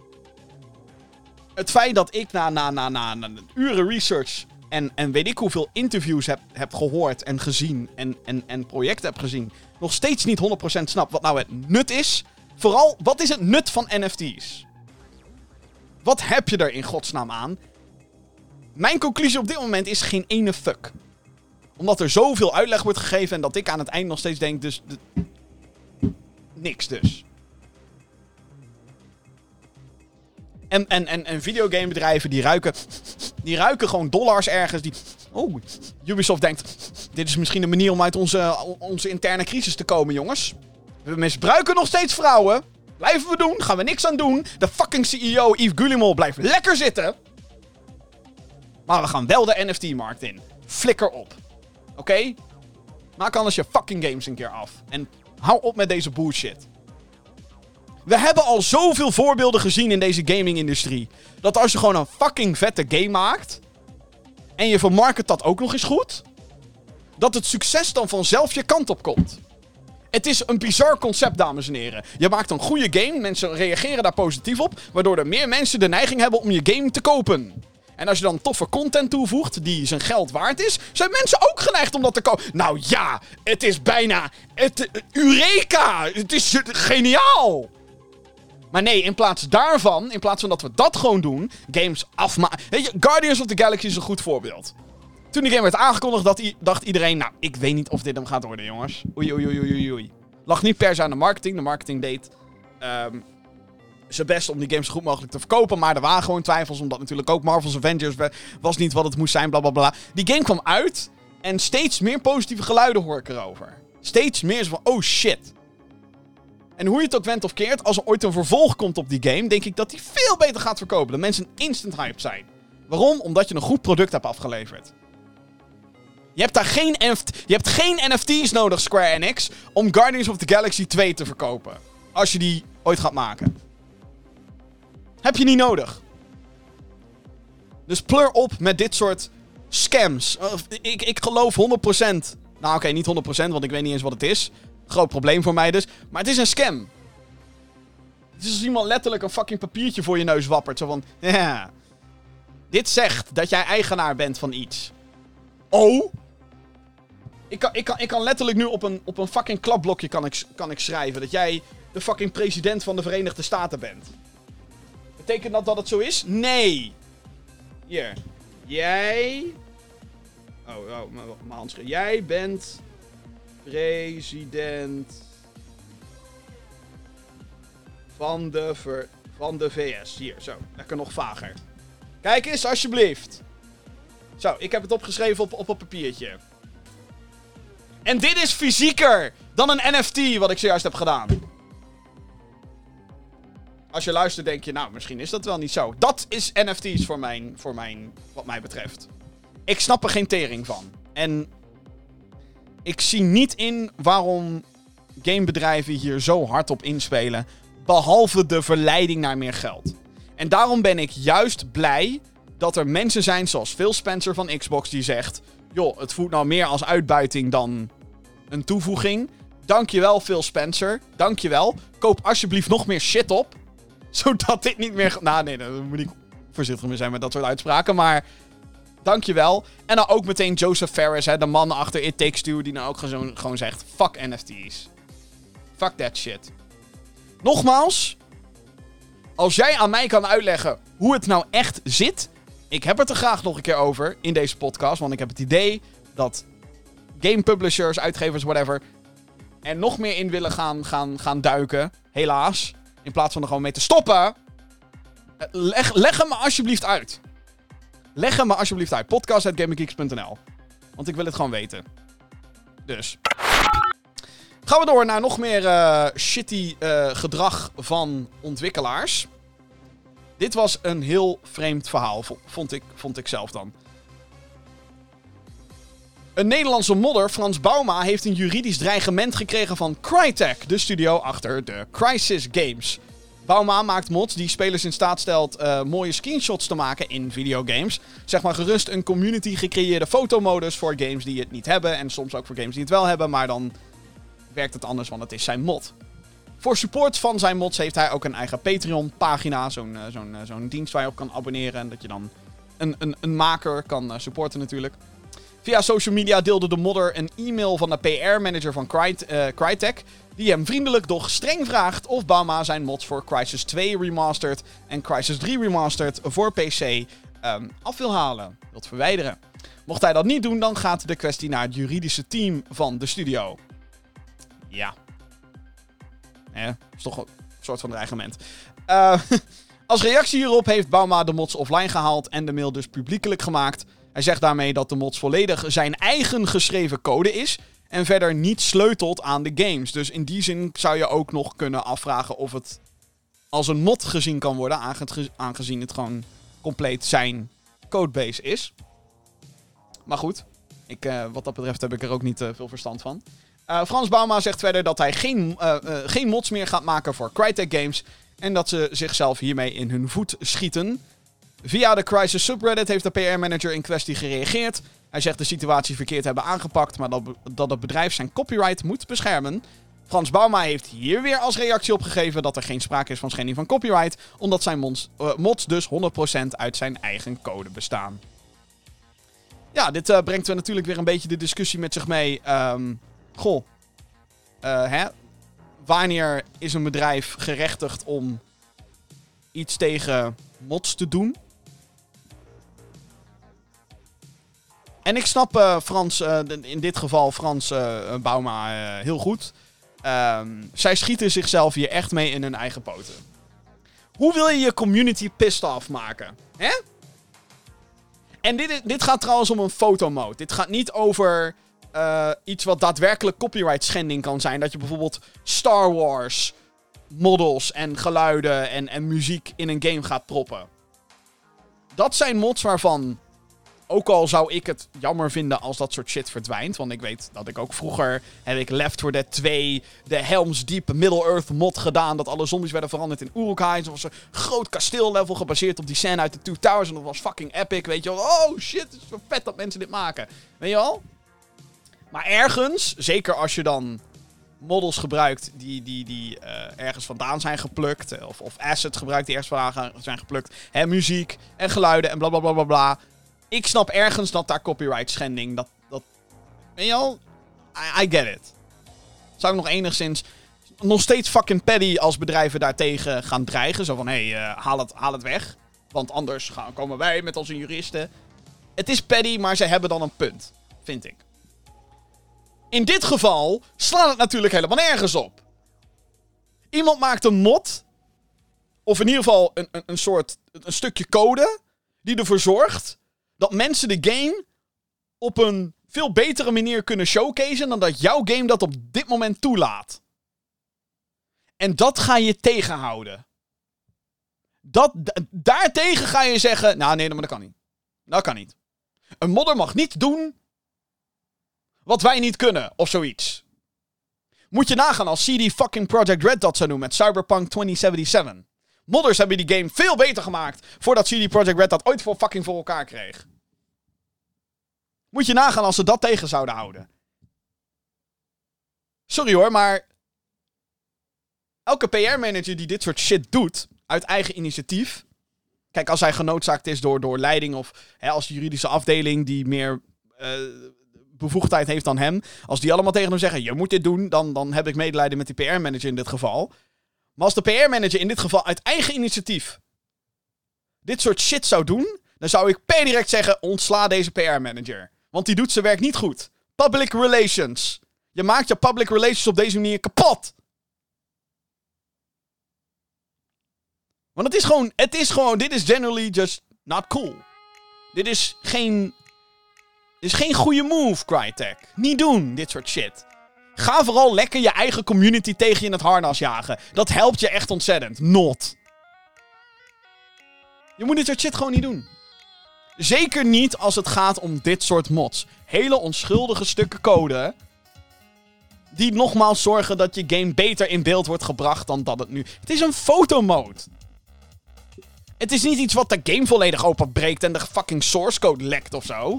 Het feit dat ik na uren research en weet ik hoeveel interviews heb gehoord en gezien en projecten heb gezien, nog steeds niet 100% snap wat nou het nut is. Vooral, wat is het nut van NFT's? Wat heb je er in godsnaam aan? Mijn conclusie op dit moment is geen ene fuck. Omdat er zoveel uitleg wordt gegeven en dat ik aan het eind nog steeds denk, dus Niks dus. En videogamebedrijven die ruiken gewoon dollars ergens. Ubisoft denkt, dit is misschien een manier om uit onze interne crisis te komen, jongens. We misbruiken nog steeds vrouwen. Blijven we doen, gaan we niks aan doen. De fucking CEO Yves Guillemot blijft lekker zitten. Maar we gaan wel de NFT-markt in. Flikker op. Oké? Maak anders je fucking games een keer af. En hou op met deze bullshit. We hebben al zoveel voorbeelden gezien in deze gaming-industrie. Dat als je gewoon een fucking vette game maakt... en je vermarket dat ook nog eens goed... dat het succes dan vanzelf je kant op komt. Het is een bizar concept, dames en heren. Je maakt een goede game, mensen reageren daar positief op... waardoor er meer mensen de neiging hebben om je game te kopen. En als je dan toffe content toevoegt die zijn geld waard is... zijn mensen ook geneigd om dat te kopen. Nou ja, het is bijna... Eureka! Het is geniaal! Maar nee, in plaats daarvan, in plaats van dat we dat gewoon doen... games afmaken... Weet je, Guardians of the Galaxy is een goed voorbeeld. Toen die game werd aangekondigd, dacht iedereen... Nou, ik weet niet of dit hem gaat worden, jongens. Oei. Lag niet per se aan de marketing. De marketing deed zijn best om die games zo goed mogelijk te verkopen. Maar er waren gewoon twijfels, omdat natuurlijk ook Marvel's Avengers was niet wat het moest zijn, blablabla. Die game kwam uit en steeds meer positieve geluiden hoor ik erover. Steeds meer van, oh shit. En hoe je het ook went of keert, als er ooit een vervolg komt op die game, denk ik dat die veel beter gaat verkopen. Dat mensen instant hyped zijn. Waarom? Omdat je een goed product hebt afgeleverd. Je hebt geen NFT's nodig, Square Enix, om Guardians of the Galaxy 2 te verkopen. Als je die ooit gaat maken. Heb je niet nodig. Dus pleur op met dit soort scams. Ik geloof 100%. Nou oké, niet 100%, want ik weet niet eens wat het is. Groot probleem voor mij dus. Maar het is een scam. Het is als iemand letterlijk een fucking papiertje voor je neus wappert. Zo van, ja. Dit zegt dat jij eigenaar bent van iets. Oh? Ik kan letterlijk nu op een fucking klapblokje kan ik schrijven dat jij de fucking president van de Verenigde Staten bent. Betekent dat het zo is? Nee. Hier. Jij... mijn handschrift. Jij bent president van de VS. Hier, zo. Lekker nog vager. Kijk eens, alsjeblieft. Zo, ik heb het opgeschreven op een papiertje. En dit is fysieker dan een NFT wat ik zojuist heb gedaan. Als je luistert denk je, nou, misschien is dat wel niet zo. Dat is NFT's wat mij betreft. Ik snap er geen tering van. En ik zie niet in waarom gamebedrijven hier zo hard op inspelen. Behalve de verleiding naar meer geld. En daarom ben ik juist blij dat er mensen zijn zoals Phil Spencer van Xbox die zegt... joh, het voelt nou meer als uitbuiting dan een toevoeging. Dankjewel Phil Spencer. Dankjewel. Koop alsjeblieft nog meer shit op. Zodat dit niet meer... Nou nee, daar moet ik voorzichtig mee zijn met dat soort uitspraken. Maar dankjewel. En dan ook meteen Joseph Fares, hè, de man achter It Takes Two, die nou ook gewoon zegt... Fuck NFT's. Fuck that shit. Nogmaals, als jij aan mij kan uitleggen hoe het nou echt zit... Ik heb het er graag nog een keer over in deze podcast. Want ik heb het idee dat game publishers, uitgevers, whatever... er nog meer in willen gaan duiken. Helaas. In plaats van er gewoon mee te stoppen. Leg hem me alsjeblieft uit. Leg hem me alsjeblieft uit. podcast@gaminggeeks.nl. Want ik wil het gewoon weten. Dus. Gaan we door naar nog meer shitty gedrag van ontwikkelaars. Dit was een heel vreemd verhaal, vond ik zelf dan. Een Nederlandse modder, Frans Bouma, heeft een juridisch dreigement gekregen van Crytek, de studio achter de Crysis Games. Bouma maakt mods die spelers in staat stelt mooie screenshots te maken in videogames. Zeg maar gerust een community gecreëerde fotomodus voor games die het niet hebben en soms ook voor games die het wel hebben, maar dan werkt het anders, want het is zijn mod. Voor support van zijn mods heeft hij ook een eigen Patreon-pagina. Zo'n dienst waar je op kan abonneren. En dat je dan een maker kan supporten natuurlijk. Via social media deelde de modder een e-mail van de PR-manager van Crytek. Die hem vriendelijk, doch streng vraagt of Bouma zijn mods voor Crysis 2 Remastered en Crysis 3 Remastered voor PC af wil halen. Wilt verwijderen. Mocht hij dat niet doen, dan gaat de kwestie naar het juridische team van de studio. Ja. Is toch een soort van dreigement. Als reactie hierop heeft Bauma de mods offline gehaald en de mail dus publiekelijk gemaakt. Hij zegt daarmee dat de mods volledig zijn eigen geschreven code is en verder niet sleutelt aan de games. Dus in die zin zou je ook nog kunnen afvragen of het als een mod gezien kan worden, aangezien het gewoon compleet zijn codebase is. Maar goed, wat dat betreft heb ik er ook niet veel verstand van. Frans Bauma zegt verder dat hij geen mods meer gaat maken voor Crytek Games en dat ze zichzelf hiermee in hun voet schieten. Via de Crysis subreddit heeft de PR-manager in kwestie gereageerd. Hij zegt de situatie verkeerd hebben aangepakt, maar dat het bedrijf zijn copyright moet beschermen. Frans Bauma heeft hier weer als reactie opgegeven dat er geen sprake is van schending van copyright, omdat zijn mods dus 100% uit zijn eigen code bestaan. Ja, dit brengt we natuurlijk weer een beetje de discussie met zich mee. Wanneer is een bedrijf gerechtigd om iets tegen mods te doen? En ik snap in dit geval Frans Bauma heel goed. Zij schieten zichzelf hier echt mee in hun eigen poten. Hoe wil je je community pissed off maken? Hè? En dit gaat trouwens om een fotomode. Dit gaat niet over iets wat daadwerkelijk copyright schending kan zijn. Dat je bijvoorbeeld Star Wars models en geluiden en muziek in een game gaat proppen. Dat zijn mods waarvan, ook al zou ik het jammer vinden als dat soort shit verdwijnt. Want ik weet dat ik ook vroeger heb ik Left 4 Dead 2, de Helm's Deep Middle-earth mod gedaan. Dat alle zombies werden veranderd in Uruk-hai. Dat was een groot kasteellevel gebaseerd op die scène uit de Two Towers. En dat was fucking epic, weet je wel. Oh shit, het is zo vet dat mensen dit maken. Weet je wel? Maar ergens, zeker als je dan models gebruikt die ergens vandaan zijn geplukt. Of assets gebruikt die ergens vandaan zijn geplukt. Hè, muziek en geluiden en blablabla. Bla, bla, bla. Ik snap ergens dat daar copyright schending, dat weet je wel, I get it. Zou ik nog enigszins, nog steeds fucking petty als bedrijven daartegen gaan dreigen. Zo van, haal het weg. Want anders komen wij met onze juristen. Het is petty, maar ze hebben dan een punt. Vind ik. In dit geval slaat het natuurlijk helemaal nergens op. Iemand maakt een mod. Of in ieder geval een stukje code. Die ervoor zorgt dat mensen de game op een veel betere manier kunnen showcasen dan dat jouw game dat op dit moment toelaat. En dat ga je tegenhouden. Daartegen ga je zeggen, nou nee, maar dat kan niet. Dat kan niet. Een modder mag niet doen wat wij niet kunnen, of zoiets. Moet je nagaan als CD fucking Projekt Red dat zou doen met Cyberpunk 2077. Modders hebben die game veel beter gemaakt voordat CD Projekt Red dat ooit voor elkaar kreeg. Moet je nagaan als ze dat tegen zouden houden. Sorry hoor, maar elke PR-manager die dit soort shit doet, uit eigen initiatief. Kijk, als hij genoodzaakt is door leiding of als juridische afdeling die meer bevoegdheid heeft dan hem. Als die allemaal tegen hem zeggen, je moet dit doen, dan heb ik medelijden met die PR-manager in dit geval. Maar als de PR-manager in dit geval uit eigen initiatief dit soort shit zou doen, dan zou ik per direct zeggen, ontsla deze PR-manager. Want die doet zijn werk niet goed. Public relations. Je maakt je public relations op deze manier kapot. Want het is gewoon, dit is generally just not cool. Dit is geen goede move, Crytek. Niet doen, dit soort shit. Ga vooral lekker je eigen community tegen je in het harnas jagen. Dat helpt je echt ontzettend. Not. Je moet dit soort shit gewoon niet doen. Zeker niet als het gaat om dit soort mods. Hele onschuldige stukken code die nogmaals zorgen dat je game beter in beeld wordt gebracht dan dat het nu... Het is een fotomode. Het is niet iets wat de game volledig openbreekt en de fucking source code lekt of zo.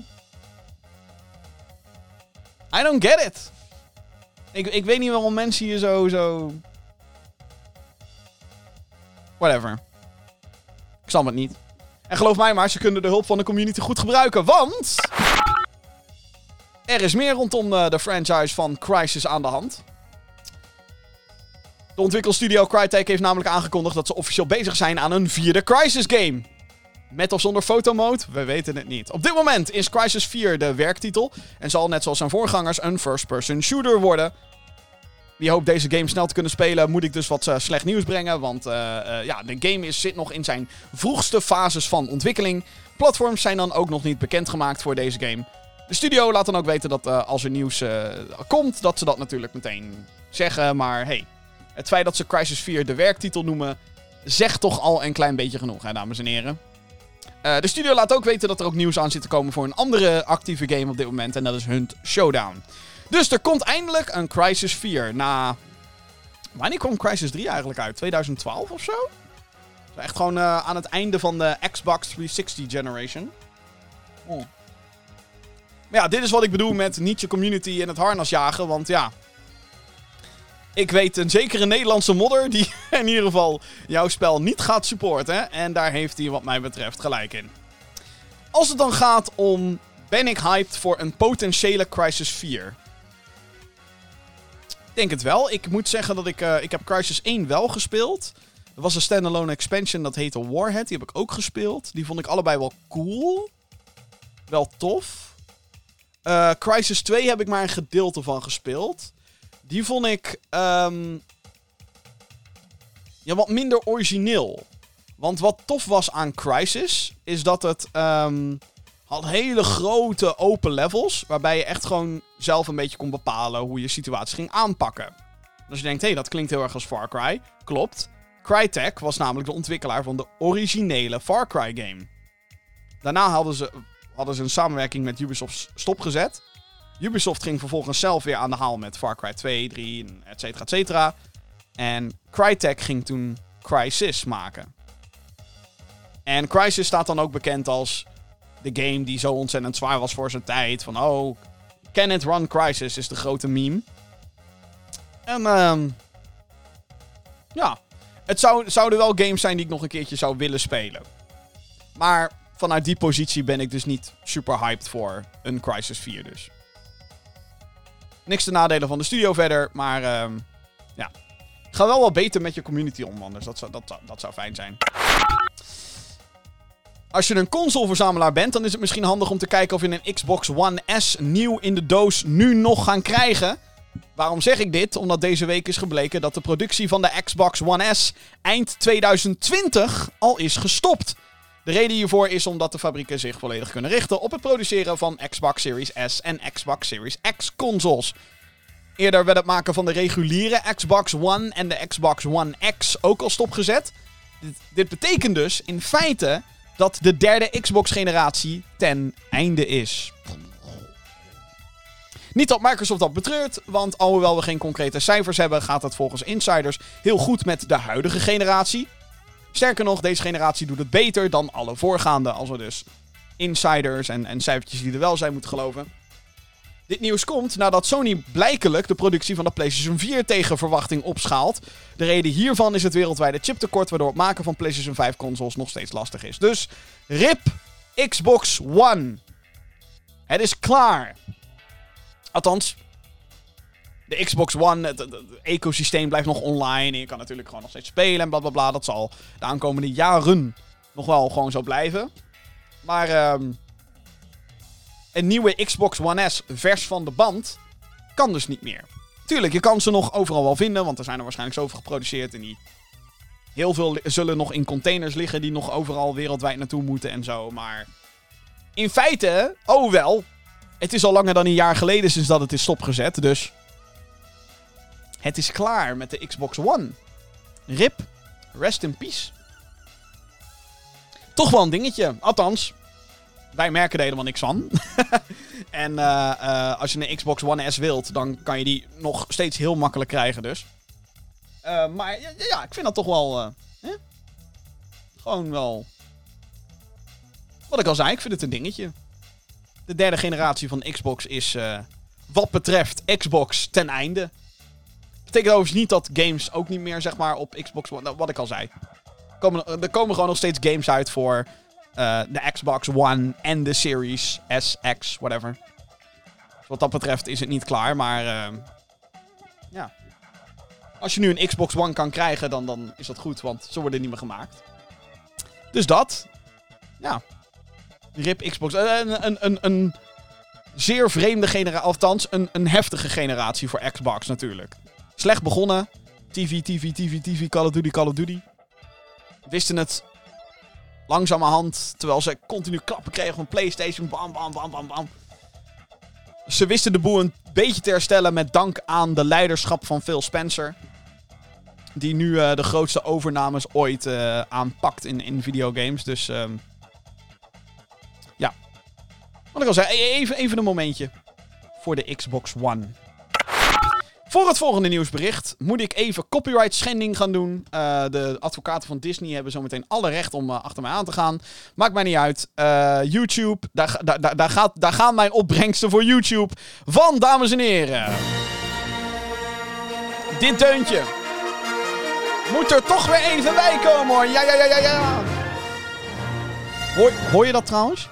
I don't get it. Ik weet niet waarom mensen hier zo... Whatever. Ik snap het niet. En geloof mij maar, ze kunnen de hulp van de community goed gebruiken, want... Er is meer rondom de franchise van Crysis aan de hand. De ontwikkelstudio Crytek heeft namelijk aangekondigd dat ze officieel bezig zijn aan een 4e Crysis game. Met of zonder fotomode? We weten het niet. Op dit moment is Crysis 4 de werktitel en zal net zoals zijn voorgangers een first-person shooter worden. Wie hoopt deze game snel te kunnen spelen, moet ik dus wat slecht nieuws brengen. Want de game zit nog in zijn vroegste fases van ontwikkeling. Platforms zijn dan ook nog niet bekendgemaakt voor deze game. De studio laat dan ook weten dat als er nieuws komt, dat ze dat natuurlijk meteen zeggen. Maar hey, het feit dat ze Crysis 4 de werktitel noemen, zegt toch al een klein beetje genoeg, hè, dames en heren. De studio laat ook weten dat er ook nieuws aan zit te komen voor een andere actieve game op dit moment. En dat is Hunt Showdown. Dus er komt eindelijk een Crysis 4 Wanneer kwam Crysis 3 eigenlijk uit? 2012 of zo? Echt gewoon aan het einde van de Xbox 360 generation. Oh. Maar ja, dit is wat ik bedoel met niet je community in het harnas jagen. Want ja, ik weet een zekere Nederlandse modder die in ieder geval jouw spel niet gaat supporten. En daar heeft hij wat mij betreft gelijk in. Als het dan gaat om, ben ik hyped voor een potentiële Crysis 4? Ik denk het wel. Ik moet zeggen dat ik heb Crysis 1 wel gespeeld. Er was een standalone expansion, dat heette Warhead. Die heb ik ook gespeeld. Die vond ik allebei wel cool. Wel tof. Crysis 2 heb ik maar een gedeelte van gespeeld. Die vond ik wat minder origineel. Want wat tof was aan Crysis, is dat het had hele grote open levels, waarbij je echt gewoon zelf een beetje kon bepalen hoe je situatie ging aanpakken. Als je denkt, hé, dat klinkt heel erg als Far Cry. Klopt. Crytek was namelijk de ontwikkelaar van de originele Far Cry game. Daarna hadden ze een samenwerking met Ubisoft stopgezet. Ubisoft ging vervolgens zelf weer aan de haal met Far Cry 2, 3, et cetera, et cetera. En Crytek ging toen Crysis maken. En Crysis staat dan ook bekend als de game die zo ontzettend zwaar was voor zijn tijd. Van, oh, can it run Crysis is de grote meme. En het zouden wel games zijn die ik nog een keertje zou willen spelen. Maar vanuit die positie ben ik dus niet super hyped voor een Crysis 4 dus. Niks te nadelen van de studio verder, maar ga wel wat beter met je community om, anders. Dat zou fijn zijn. Als je een consoleverzamelaar bent, dan is het misschien handig om te kijken of je een Xbox One S nieuw in de doos nu nog gaan krijgen. Waarom zeg ik dit? Omdat deze week is gebleken dat de productie van de Xbox One S eind 2020 al is gestopt. De reden hiervoor is omdat de fabrieken zich volledig kunnen richten op het produceren van Xbox Series S en Xbox Series X consoles. Eerder werd het maken van de reguliere Xbox One en de Xbox One X ook al stopgezet. Dit betekent dus in feite dat de derde Xbox-generatie ten einde is. Niet dat Microsoft dat betreurt, want alhoewel we geen concrete cijfers hebben, gaat het volgens insiders heel goed met de huidige generatie. Sterker nog, deze generatie doet het beter dan alle voorgaande, als we dus insiders en cijfertjes die er wel zijn moeten geloven. Dit nieuws komt nadat Sony blijkelijk de productie van de PlayStation 4 tegen verwachting opschaalt. De reden hiervan is het wereldwijde chiptekort, waardoor het maken van PlayStation 5 consoles nog steeds lastig is. Dus RIP Xbox One. Het is klaar. Althans, de Xbox One, het ecosysteem blijft nog online. En je kan natuurlijk gewoon nog steeds spelen en blablabla. Dat zal de aankomende jaren nog wel gewoon zo blijven. Maar een nieuwe Xbox One S vers van de band kan dus niet meer. Tuurlijk, je kan ze nog overal wel vinden, want er zijn er waarschijnlijk zoveel geproduceerd. En die heel veel zullen nog in containers liggen die nog overal wereldwijd naartoe moeten en zo. Maar in feite, oh wel, het is al langer dan een jaar geleden sinds dat het is stopgezet. Dus het is klaar met de Xbox One. RIP, rest in peace. Toch wel een dingetje. Althans, wij merken er helemaal niks van. En als je een Xbox One S wilt, dan kan je die nog steeds heel makkelijk krijgen dus. Maar ja, ik vind dat toch wel gewoon wel, wat ik al zei, ik vind het een dingetje. De derde generatie van Xbox is wat betreft Xbox ten einde. Betekent overigens niet dat games ook niet meer, zeg maar, op Xbox One, nou, wat ik al zei. Er komen gewoon nog steeds games uit voor de Xbox One en de Series S, X, whatever. Dus wat dat betreft is het niet klaar, maar ja. Als je nu een Xbox One kan krijgen, dan is dat goed, want ze worden niet meer gemaakt. Dus dat. Ja. RIP Xbox. Een zeer vreemde generatie, althans een heftige generatie voor Xbox natuurlijk. Slecht begonnen. TV, Call of Duty. Wisten het langzamerhand, terwijl ze continu klappen kregen van PlayStation. Bam, bam, bam, bam, bam. Ze wisten de boel een beetje te herstellen met dank aan de leiderschap van Phil Spencer. Die nu de grootste overnames ooit aanpakt in videogames. Dus ja. Wat ik al zei, even een momentje voor de Xbox One. Voor het volgende nieuwsbericht moet ik even copyright schending gaan doen. De advocaten van Disney hebben zometeen alle recht om achter mij aan te gaan. Maakt mij niet uit. YouTube, daar gaan mijn opbrengsten voor YouTube van, dames en heren. Dit deuntje moet er toch weer even bij komen, hoor. Ja. Hoor je dat trouwens?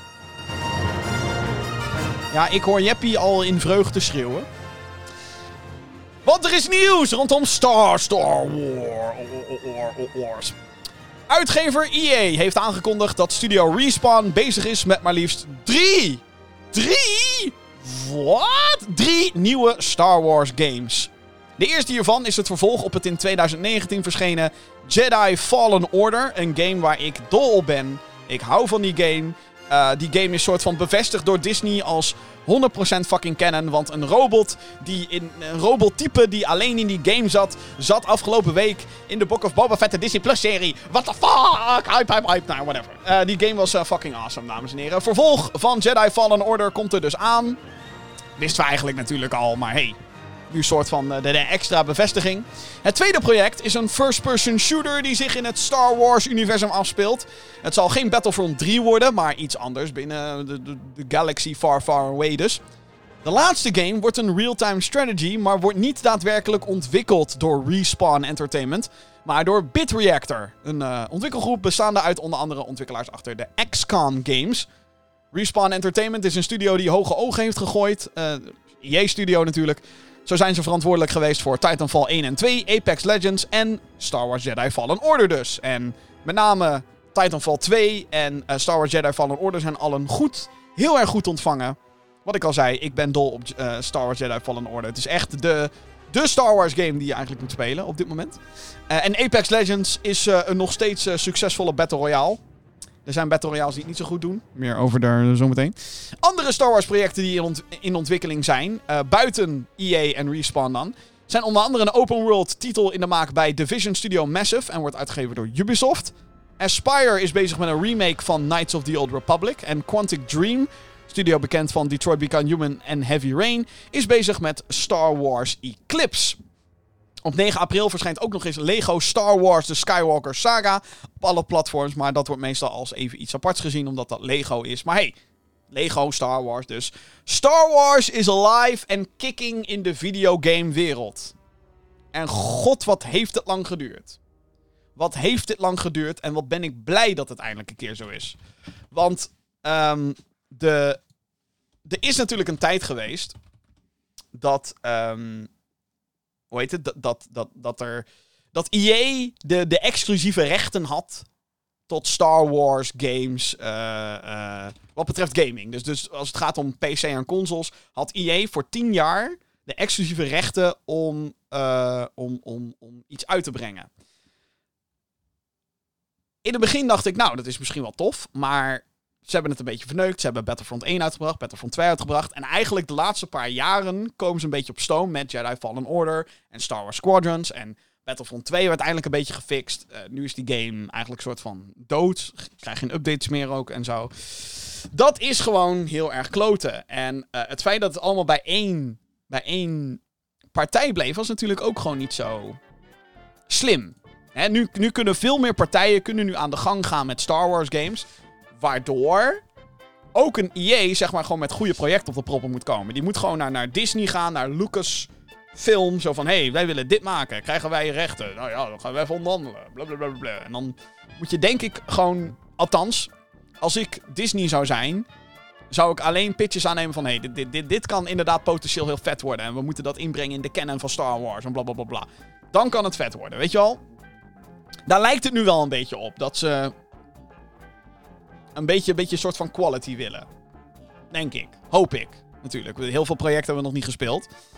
Ja, ik hoor Jeppie al in vreugde schreeuwen. Want er is nieuws rondom Star Wars. Uitgever EA heeft aangekondigd dat studio Respawn bezig is met maar liefst 3 nieuwe Star Wars games. De eerste hiervan is het vervolg op het in 2019 verschenen Jedi Fallen Order. Een game waar ik dol op ben. Ik hou van die game. Die game is soort van bevestigd door Disney als 100% fucking canon. Want een robottype die alleen in die game zat afgelopen week in de Book of Boba Fett, de Disney Plus serie. What the fuck? Hype. Nou, whatever. Die game was fucking awesome, dames en heren. Vervolg van Jedi Fallen Order komt er dus aan. Wisten we eigenlijk natuurlijk al, maar hey. Nu een soort van de extra bevestiging. Het tweede project is een first-person shooter die zich in het Star Wars-universum afspeelt. Het zal geen Battlefront 3 worden, maar iets anders binnen de galaxy far, far away dus. De laatste game wordt een real-time strategy, maar wordt niet daadwerkelijk ontwikkeld door Respawn Entertainment, maar door BitReactor. Een ontwikkelgroep bestaande uit onder andere ontwikkelaars achter de XCOM games. Respawn Entertainment is een studio die hoge ogen heeft gegooid. EA-studio natuurlijk. Zo zijn ze verantwoordelijk geweest voor Titanfall 1 en 2, Apex Legends en Star Wars Jedi Fallen Order dus. En met name Titanfall 2 en Star Wars Jedi Fallen Order zijn allen heel erg goed ontvangen. Wat ik al zei, ik ben dol op Star Wars Jedi Fallen Order. Het is echt de Star Wars game die je eigenlijk moet spelen op dit moment. En Apex Legends is een nog steeds succesvolle Battle Royale. Er zijn Battle Royales die het niet zo goed doen. Meer over daar zometeen. Andere Star Wars projecten die in ontwikkeling zijn, buiten EA en Respawn dan, zijn onder andere een open world titel in de maak bij Division Studio Massive en wordt uitgegeven door Ubisoft. Aspyr is bezig met een remake van Knights of the Old Republic. En Quantic Dream, studio bekend van Detroit Become Human en Heavy Rain, is bezig met Star Wars Eclipse. Op 9 april verschijnt ook nog eens Lego Star Wars The Skywalker Saga op alle platforms. Maar dat wordt meestal als even iets aparts gezien, omdat dat Lego is. Maar hey, Lego Star Wars dus. Star Wars is alive and kicking in de videogamewereld. En god, wat heeft het lang geduurd. Wat heeft dit lang geduurd en wat ben ik blij dat het eindelijk een keer zo is. Want er is natuurlijk een tijd geweest dat... hoe heet het? Dat EA de exclusieve rechten had tot Star Wars games wat betreft gaming. Dus als het gaat om PC en consoles, had EA voor 10 jaar de exclusieve rechten om iets uit te brengen. In het begin dacht ik, nou, dat is misschien wel tof, maar ze hebben het een beetje verneukt. Ze hebben Battlefront 1 uitgebracht, Battlefront 2 uitgebracht. En eigenlijk de laatste paar jaren komen ze een beetje op stoom met Jedi Fallen Order en Star Wars Squadrons. En Battlefront 2 werd eindelijk een beetje gefixt. Nu is die game eigenlijk een soort van dood. Krijg geen updates meer ook en zo. Dat is gewoon heel erg kloten. En het feit dat het allemaal bij één partij bleef, was natuurlijk ook gewoon niet zo slim. Hè, nu kunnen veel meer partijen nu aan de gang gaan met Star Wars games. Waardoor ook een EA zeg maar gewoon met goede projecten op de proppen moet komen. Die moet gewoon naar Disney gaan, naar Lucasfilm. Zo van, hey, wij willen dit maken. Krijgen wij rechten? Nou ja, dan gaan we even onderhandelen. Blablabla. En dan moet je denk ik gewoon... Althans, als ik Disney zou zijn, zou ik alleen pitches aannemen van... Hey, dit kan inderdaad potentieel heel vet worden. En we moeten dat inbrengen in de canon van Star Wars en blablabla. Dan kan het vet worden, weet je wel? Daar lijkt het nu wel een beetje op. Dat ze... een beetje een soort van quality willen. Denk ik. Hoop ik. Natuurlijk. Heel veel projecten hebben we nog niet gespeeld.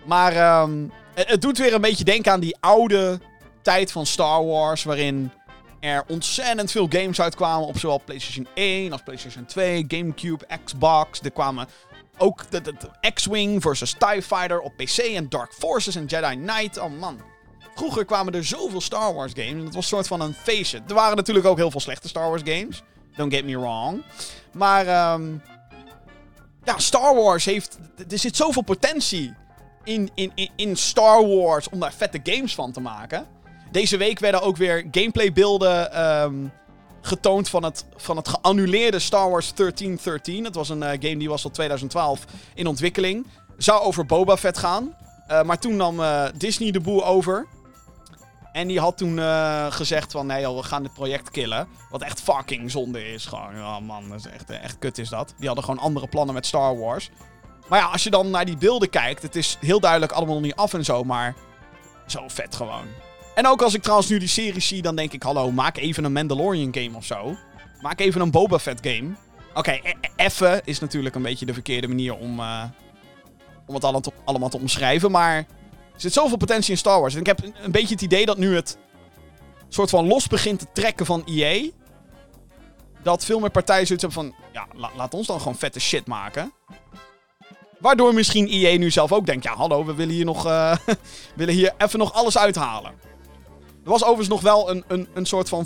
Maar het doet weer een beetje denken aan die oude tijd van Star Wars, waarin er ontzettend veel games uitkwamen op zowel PlayStation 1 als PlayStation 2, Gamecube, Xbox. Er kwamen ook de X-Wing versus TIE Fighter op PC en Dark Forces en Jedi Knight. Oh man. Vroeger kwamen er zoveel Star Wars games en het was een soort van een feestje. Er waren natuurlijk ook heel veel slechte Star Wars games. Don't get me wrong. Maar ja, Star Wars heeft... Er zit zoveel potentie in Star Wars om daar vette games van te maken. Deze week werden ook weer gameplaybeelden getoond van het geannuleerde Star Wars 1313. Het was een game die was tot 2012 in ontwikkeling. Zou over Boba Fett gaan. Maar toen nam Disney de boel over. En die had toen gezegd van... Nee joh, we gaan dit project killen. Wat echt fucking zonde is. Gewoon, oh man, dat is echt kut is dat. Die hadden gewoon andere plannen met Star Wars. Maar ja, als je dan naar die beelden kijkt... Het is heel duidelijk allemaal nog niet af en zo. Maar zo vet gewoon. En ook als ik trouwens nu die series zie... Dan denk ik, hallo, maak even een Mandalorian game of zo. Maak even een Boba Fett game. Oké, even is natuurlijk een beetje de verkeerde manier om het allemaal te omschrijven. Maar er zit zoveel potentie in Star Wars. En ik heb een beetje het idee dat nu het soort van los begint te trekken van EA. Dat veel meer partijen zoiets hebben van... Ja, laat ons dan gewoon vette shit maken. Waardoor misschien EA nu zelf ook denkt... Ja, hallo, we willen hier nog... willen hier even nog alles uithalen. Er was overigens nog wel een soort van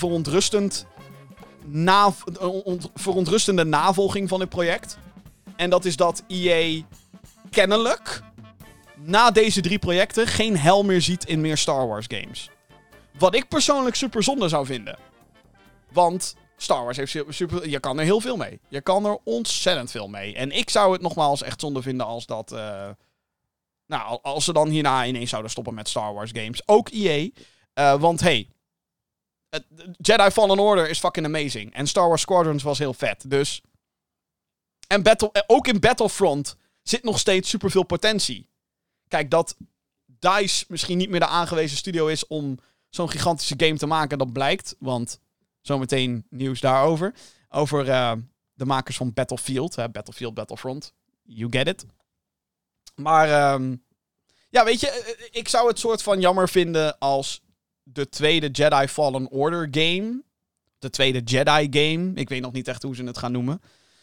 verontrustende navolging van dit project. En dat is dat EA kennelijk... na deze 3 projecten geen hel meer ziet in meer Star Wars games. Wat ik persoonlijk super zonde zou vinden. Want Star Wars heeft super... Je kan er heel veel mee. Je kan er ontzettend veel mee. En ik zou het nogmaals echt zonde vinden als dat... Nou, als ze dan hierna ineens zouden stoppen met Star Wars games. Ook EA. Want hey... Jedi Fallen Order is fucking amazing. En Star Wars Squadrons was heel vet. Dus... En ook in Battlefront zit nog steeds superveel potentie. Kijk, dat DICE misschien niet meer de aangewezen studio is om zo'n gigantische game te maken, dat blijkt. Want zometeen nieuws daarover. Over de makers van Battlefield. Battlefield, Battlefront. You get it. Maar ja, weet je, ik zou het soort van jammer vinden als de tweede Jedi Fallen Order game. De tweede Jedi game. Ik weet nog niet echt hoe ze het gaan noemen.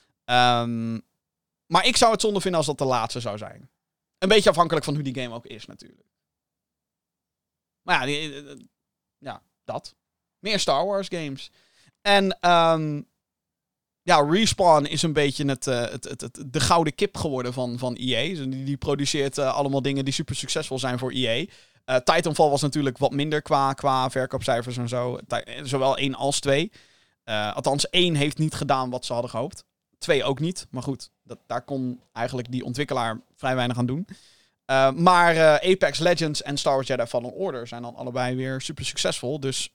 Maar ik zou het zonde vinden als dat de laatste zou zijn. Een beetje afhankelijk van hoe die game ook is, natuurlijk. Maar ja, dat. Meer Star Wars games. En ja, Respawn is een beetje de gouden kip geworden van EA. Dus die produceert allemaal dingen die super succesvol zijn voor EA. Titanfall was natuurlijk wat minder qua verkoopcijfers en zo. Zowel 1 als 2. Althans, 1 heeft niet gedaan wat ze hadden gehoopt. 2 ook niet. Maar goed, daar kon eigenlijk die ontwikkelaar vrij weinig aan doen. Maar Apex Legends en Star Wars Jedi Fallen Order zijn dan allebei weer super succesvol. Dus...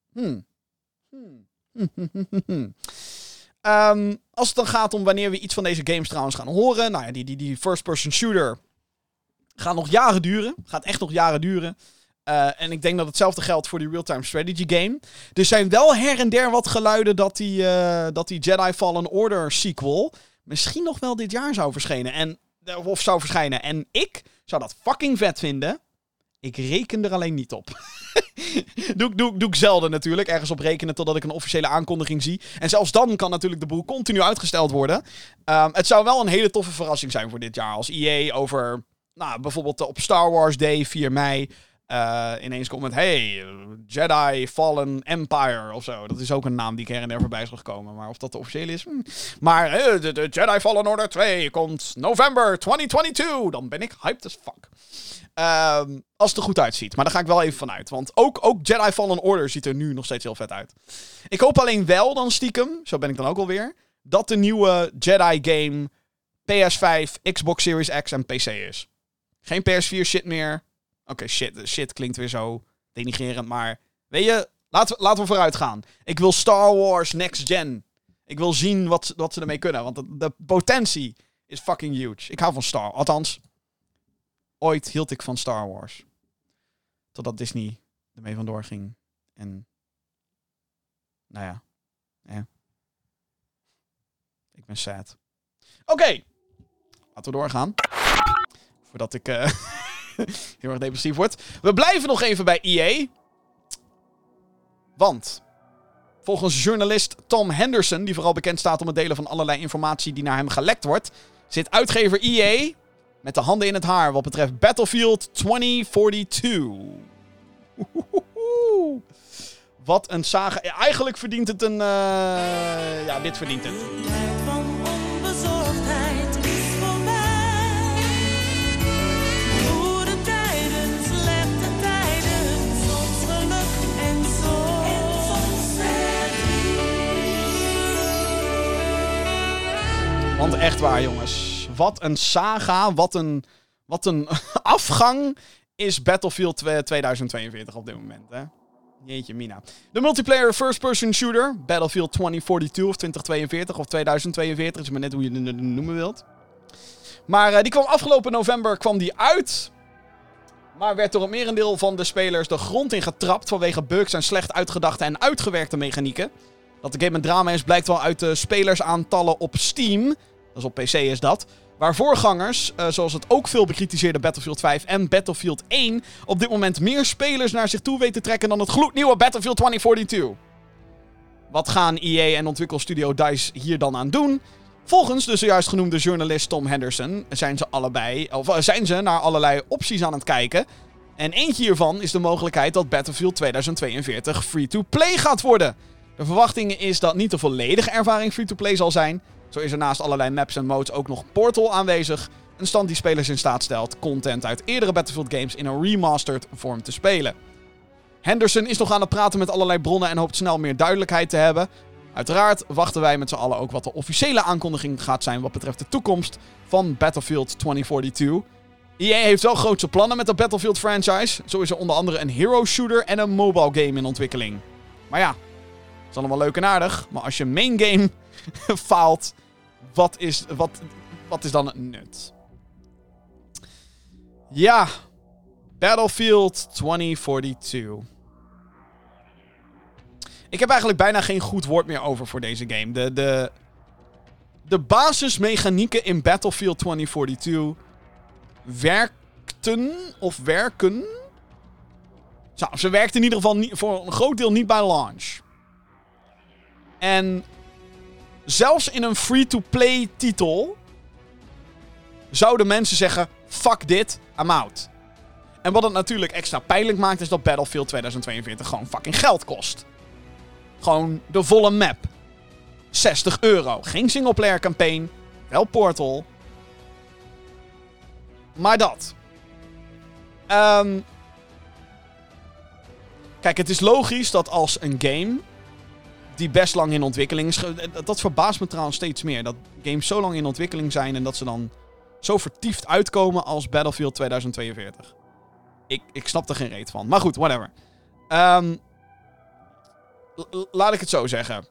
als het dan gaat om wanneer we iets van deze games trouwens gaan horen. Nou ja, die first-person shooter gaat nog jaren duren. Gaat echt nog jaren duren. En ik denk dat hetzelfde geldt voor die real-time strategy game. Er zijn wel her en der wat geluiden dat die Jedi Fallen Order sequel misschien nog wel dit jaar zou verschijnen. En ik zou dat fucking vet vinden. Ik reken er alleen niet op. doe ik zelden natuurlijk. Ergens op rekenen totdat ik een officiële aankondiging zie. En zelfs dan kan natuurlijk de boel continu uitgesteld worden. Het zou wel een hele toffe verrassing zijn voor dit jaar. Als EA over, nou, bijvoorbeeld op Star Wars Day 4 mei... ineens komt met, hey, Jedi Fallen Empire of zo. Dat is ook een naam die ik her en der voorbij is gekomen. Maar of dat de officiële is? Maar de Jedi Fallen Order 2 komt november 2022. Dan ben ik hyped as fuck. Als het er goed uitziet. Maar daar ga ik wel even vanuit. Want ook Jedi Fallen Order ziet er nu nog steeds heel vet uit. Ik hoop alleen wel dan stiekem, zo ben ik dan ook alweer, dat de nieuwe Jedi game PS5, Xbox Series X en PC is. Geen PS4 shit meer. Oké, shit klinkt weer zo denigrerend, maar weet je, laten we vooruit gaan. Ik wil Star Wars Next Gen. Ik wil zien wat ze ermee kunnen, want de potentie is fucking huge. Ik hou van Star Wars, althans, ooit hield ik van Star Wars. Totdat Disney ermee vandoor ging. En, nou ja. Ik ben sad. Oké, laten we doorgaan. Voordat ik... heel erg depressief wordt. We blijven nog even bij EA. Want volgens journalist Tom Henderson, die vooral bekend staat om het delen van allerlei informatie die naar hem gelekt wordt, zit uitgever EA met de handen in het haar wat betreft Battlefield 2042. Wat een saga. Eigenlijk verdient het een... Ja, dit verdient het. Want echt waar, jongens. Wat een saga, wat een afgang is Battlefield 2042 op dit moment, hè. Jeetje mina. De multiplayer first-person shooter, Battlefield 2042 of 2042 of 2042, is maar net hoe je het noemen wilt. Maar die kwam afgelopen november uit. Maar werd door het merendeel van de spelers de grond in getrapt vanwege bugs en slecht uitgedachte en uitgewerkte mechanieken. Dat de game een drama is, blijkt wel uit de spelersaantallen op Steam. Dat is op PC is dat. Waar voorgangers, zoals het ook veel bekritiseerde Battlefield 5 en Battlefield 1... op dit moment meer spelers naar zich toe weten te trekken dan het gloednieuwe Battlefield 2042. Wat gaan EA en ontwikkelstudio DICE hier dan aan doen? Volgens de zojuist genoemde journalist Tom Henderson zijn ze naar allerlei opties aan het kijken. En eentje hiervan is de mogelijkheid dat Battlefield 2042 free-to-play gaat worden. De verwachting is dat niet de volledige ervaring free-to-play zal zijn. Zo is er naast allerlei maps en modes ook nog Portal aanwezig. Een stand die spelers in staat stelt content uit eerdere Battlefield games in een remastered vorm te spelen. Henderson is nog aan het praten met allerlei bronnen en hoopt snel meer duidelijkheid te hebben. Uiteraard wachten wij met z'n allen ook wat de officiële aankondiging gaat zijn wat betreft de toekomst van Battlefield 2042. EA heeft wel grootse plannen met de Battlefield franchise. Zo is er onder andere een hero shooter en een mobile game in ontwikkeling. Maar ja, dat is allemaal leuk en aardig. Maar als je main game faalt, wat is dan het nut? Ja, Battlefield 2042. Ik heb eigenlijk bijna geen goed woord meer over voor deze game. De basismechanieken in Battlefield 2042 werken. Ze werkten in ieder geval niet, voor een groot deel niet bij launch. En zelfs in een free-to-play titel zouden mensen zeggen, fuck dit, I'm out. En wat het natuurlijk extra pijnlijk maakt is dat Battlefield 2042 gewoon fucking geld kost. Gewoon de volle map. €60. Geen singleplayer campaign. Wel Portal. Maar dat. Kijk, het is logisch dat als een game die best lang in ontwikkeling is. Dat verbaast me trouwens steeds meer. Dat games zo lang in ontwikkeling zijn en dat ze dan zo vertiefd uitkomen als Battlefield 2042. Ik snap er geen reet van. Maar goed, whatever. Laat ik het zo zeggen.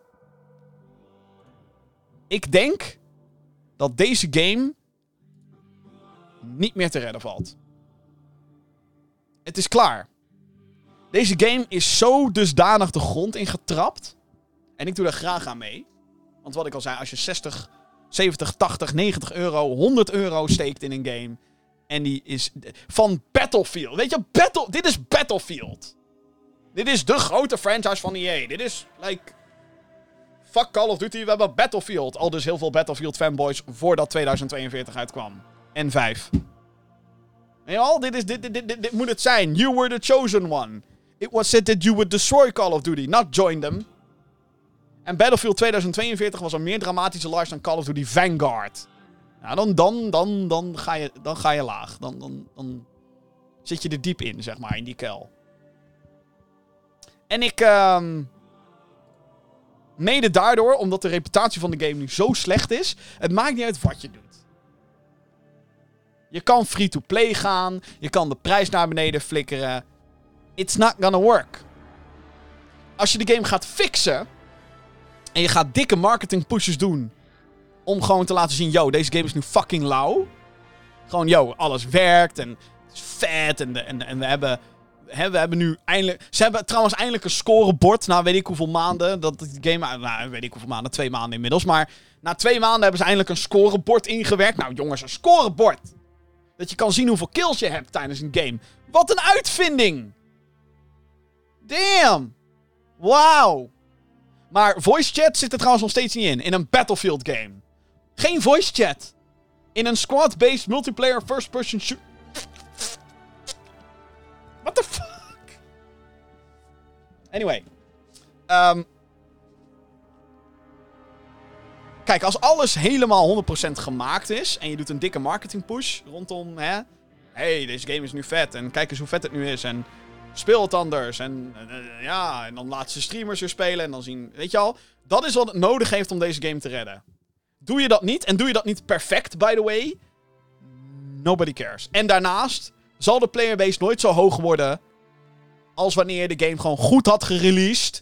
Ik denk dat deze game niet meer te redden valt. Het is klaar. Deze game is zo dusdanig de grond ingetrapt. En ik doe daar graag aan mee. Want wat ik al zei, als je 60, 70, 80, 90 euro, 100 euro steekt in een game. En die is van Battlefield. Weet je, dit is Battlefield. Dit is de grote franchise van EA. Dit is, fuck Call of Duty, we hebben Battlefield. Al dus heel veel Battlefield fanboys voordat 2042 uitkwam. En 5. Weet je al, dit moet het zijn. You were the chosen one. It was said that you would destroy Call of Duty, not join them. En Battlefield 2042 was een meer dramatische launch dan Call of Duty Vanguard. Nou, dan ga je laag. Dan zit je er diep in, zeg maar, in die kuil. En ik... mede daardoor, omdat de reputatie van de game nu zo slecht is, het maakt niet uit wat je doet. Je kan free-to-play gaan, je kan de prijs naar beneden flikkeren. It's not gonna work. Als je de game gaat fixen en je gaat dikke marketing pushes doen om gewoon te laten zien, yo, deze game is nu fucking lauw. Gewoon, yo, alles werkt en het is vet en we hebben nu eindelijk... Ze hebben trouwens eindelijk een scorebord na weet ik hoeveel maanden. Dat die game... Nou, weet ik hoeveel maanden. 2 maanden inmiddels. Maar na 2 maanden hebben ze eindelijk een scorebord ingewerkt. Nou jongens, een scorebord. Dat je kan zien hoeveel kills je hebt tijdens een game. Wat een uitvinding! Damn! Wauw! Maar voice chat zit er trouwens nog steeds niet in een Battlefield game. Geen voice chat. In een squad-based multiplayer first-person shoot... What the fuck? Anyway. Kijk, als alles helemaal 100% gemaakt is... en je doet een dikke marketing push rondom... hey, deze game is nu vet en kijk eens hoe vet het nu is... en speel het anders en en dan laat ze streamers weer spelen... en dan zien... Weet je al? Dat is wat het nodig heeft om deze game te redden. Doe je dat niet, en doe je dat niet perfect, by the way... nobody cares. En daarnaast zal de playerbase nooit zo hoog worden... als wanneer je de game gewoon goed had gereleased...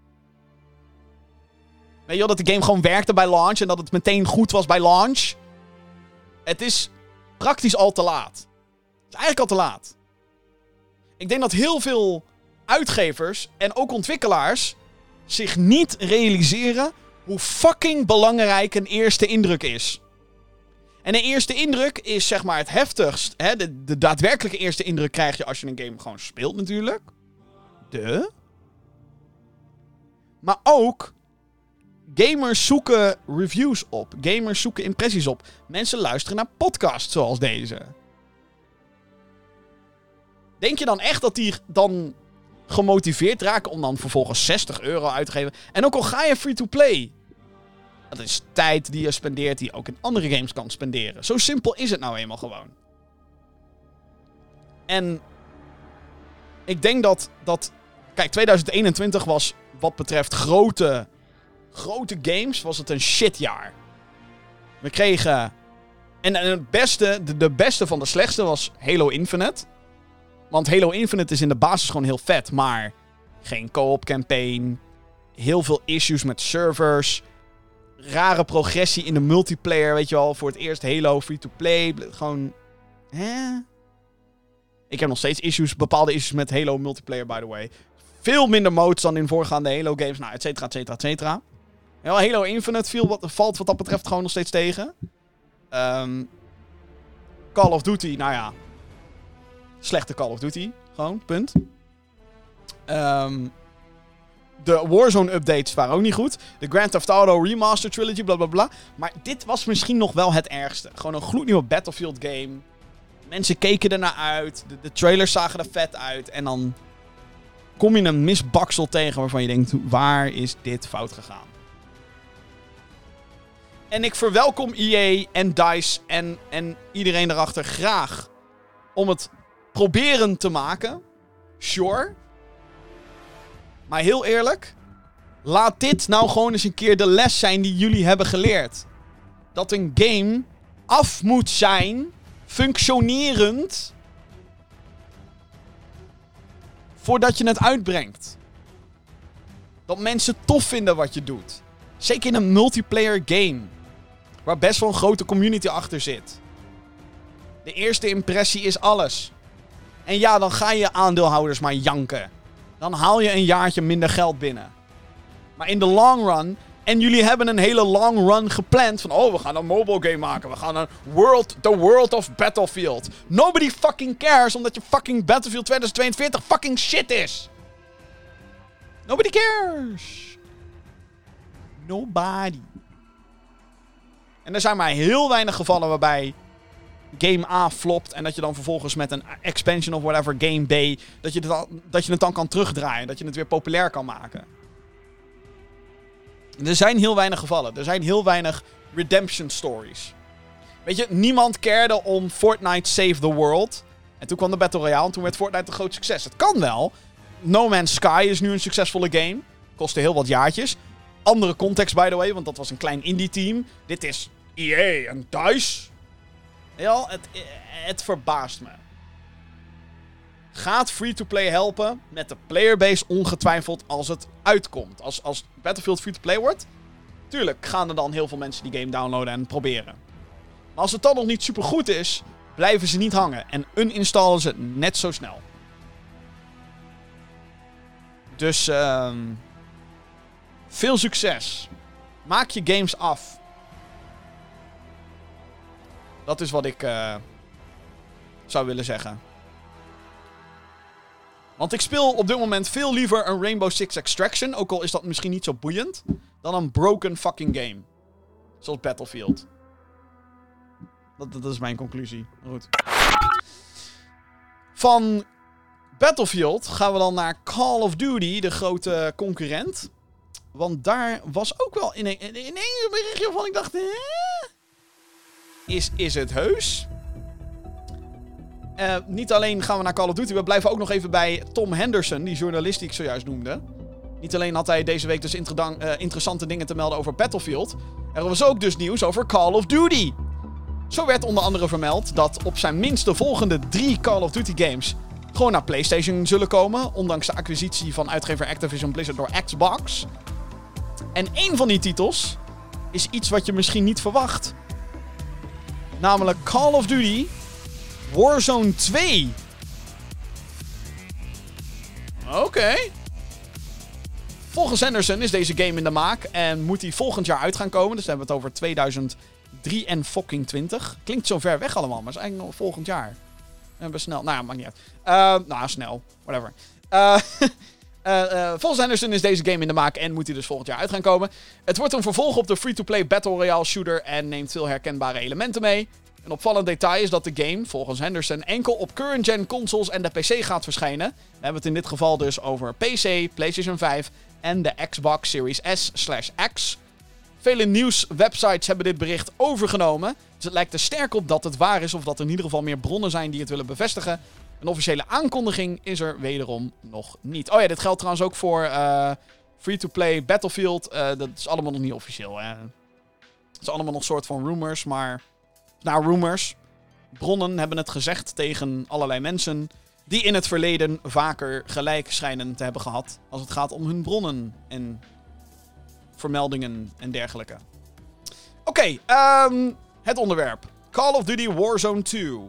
Weet je wel, dat de game gewoon werkte bij launch... en dat het meteen goed was bij launch. Het is praktisch al te laat. Het is eigenlijk al te laat. Ik denk dat heel veel uitgevers en ook ontwikkelaars... zich niet realiseren hoe fucking belangrijk een eerste indruk is. En een eerste indruk is zeg maar het heftigst. Hè? De daadwerkelijke eerste indruk krijg je als je een game gewoon speelt natuurlijk. Maar ook... gamers zoeken reviews op. Gamers zoeken impressies op. Mensen luisteren naar podcasts zoals deze. Denk je dan echt dat die dan gemotiveerd raken om dan vervolgens €60 uit te geven? En ook al ga je free-to-play. Dat is tijd die je spendeert die je ook in andere games kan spenderen. Zo simpel is het nou eenmaal gewoon. En ik denk dat kijk, 2021 was wat betreft grote games was het een shitjaar. We kregen... En het beste, de beste van de slechtste was Halo Infinite. Want Halo Infinite is in de basis gewoon heel vet. Maar geen co-op campaign. Heel veel issues met servers. Rare progressie in de multiplayer, weet je wel. Voor het eerst Halo free-to-play. Gewoon... Ik heb nog steeds bepaalde issues met Halo multiplayer, by the way. Veel minder modes dan in voorgaande Halo games. Nou, et cetera, et cetera, et cetera. Ja, Halo Infinite valt wat dat betreft gewoon nog steeds tegen. Call of Duty, nou ja. Slechte Call of Duty. Gewoon, punt. De Warzone updates waren ook niet goed. De Grand Theft Auto Remaster Trilogy, blablabla. Maar dit was misschien nog wel het ergste. Gewoon een gloednieuwe Battlefield game. Mensen keken ernaar uit. De trailers zagen er vet uit. En dan kom je een misbaksel tegen waarvan je denkt... waar is dit fout gegaan? En ik verwelkom EA en DICE en iedereen erachter graag om het proberen te maken. Sure. Maar heel eerlijk, laat dit nou gewoon eens een keer de les zijn die jullie hebben geleerd. Dat een game af moet zijn, functionerend, voordat je het uitbrengt. Dat mensen tof vinden wat je doet. Zeker in een multiplayer game. Waar best wel een grote community achter zit. De eerste impressie is alles. En ja, dan ga je aandeelhouders maar janken. Dan haal je een jaartje minder geld binnen. Maar in de long run... En jullie hebben een hele long run gepland. Van, we gaan een mobile game maken. We gaan een the world of Battlefield. Nobody fucking cares. Omdat je fucking Battlefield 2042 fucking shit is. Nobody cares. Nobody. En er zijn maar heel weinig gevallen waarbij game A flopt en dat je dan vervolgens met een expansion of whatever, game B, dat je het dan kan terugdraaien. Dat je het weer populair kan maken. Er zijn heel weinig gevallen. Er zijn heel weinig redemption stories. Weet je, niemand cared om Fortnite Save the World. En toen kwam de Battle Royale en toen werd Fortnite een groot succes. Het kan wel. No Man's Sky is nu een succesvolle game. Kostte heel wat jaartjes. Andere context, by the way, want dat was een klein indie team. Dit is EA en DICE. Ja, het verbaast me. Gaat free-to-play helpen met de playerbase ongetwijfeld als het uitkomt. Als Battlefield free-to-play wordt, tuurlijk gaan er dan heel veel mensen die game downloaden en proberen. Maar als het dan nog niet super goed is, blijven ze niet hangen en uninstallen ze net zo snel. Dus veel succes. Maak je games af. Dat is wat ik zou willen zeggen. Want ik speel op dit moment veel liever een Rainbow Six Extraction, ook al is dat misschien niet zo boeiend, dan een broken fucking game. Zoals Battlefield. Dat is mijn conclusie. Goed. Van Battlefield gaan we dan naar Call of Duty, de grote concurrent. Want daar was ook wel in een berichtje van ik dacht... Is het heus? Niet alleen gaan we naar Call of Duty, we blijven ook nog even bij Tom Henderson, die journalist die ik zojuist noemde. Niet alleen had hij deze week dus interessante dingen te melden over Battlefield. Er was ook dus nieuws over Call of Duty. Zo werd onder andere vermeld dat op zijn minst de volgende 3 Call of Duty games gewoon naar PlayStation zullen komen. Ondanks de acquisitie van uitgever Activision Blizzard door Xbox. En één van die titels is iets wat je misschien niet verwacht. Namelijk Call of Duty Warzone 2. Oké. Volgens Henderson is deze game in de maak en moet die volgend jaar uit gaan komen. Dus dan hebben we het over 2023. Klinkt zo ver weg allemaal, maar het is eigenlijk nog volgend jaar. En we snel. Nou ja, maakt niet uit. Snel. Whatever. Volgens Henderson is deze game in de maak en moet hij dus volgend jaar uit gaan komen. Het wordt een vervolg op de free-to-play Battle Royale shooter en neemt veel herkenbare elementen mee. Een opvallend detail is dat de game, volgens Henderson, enkel op current-gen consoles en de PC gaat verschijnen. We hebben het in dit geval dus over PC, PlayStation 5 en de Xbox Series S/X. Vele nieuwswebsites hebben dit bericht overgenomen. Dus het lijkt er sterk op dat het waar is of dat er in ieder geval meer bronnen zijn die het willen bevestigen. Een officiële aankondiging is er wederom nog niet. Oh ja, dit geldt trouwens ook voor free-to-play Battlefield. Dat is allemaal nog niet officieel. Hè? Het is allemaal nog een soort van rumors, maar... Nou, rumors. Bronnen hebben het gezegd tegen allerlei mensen die in het verleden vaker gelijk schijnen te hebben gehad als het gaat om hun bronnen en vermeldingen en dergelijke. Oké, het onderwerp. Call of Duty Warzone 2.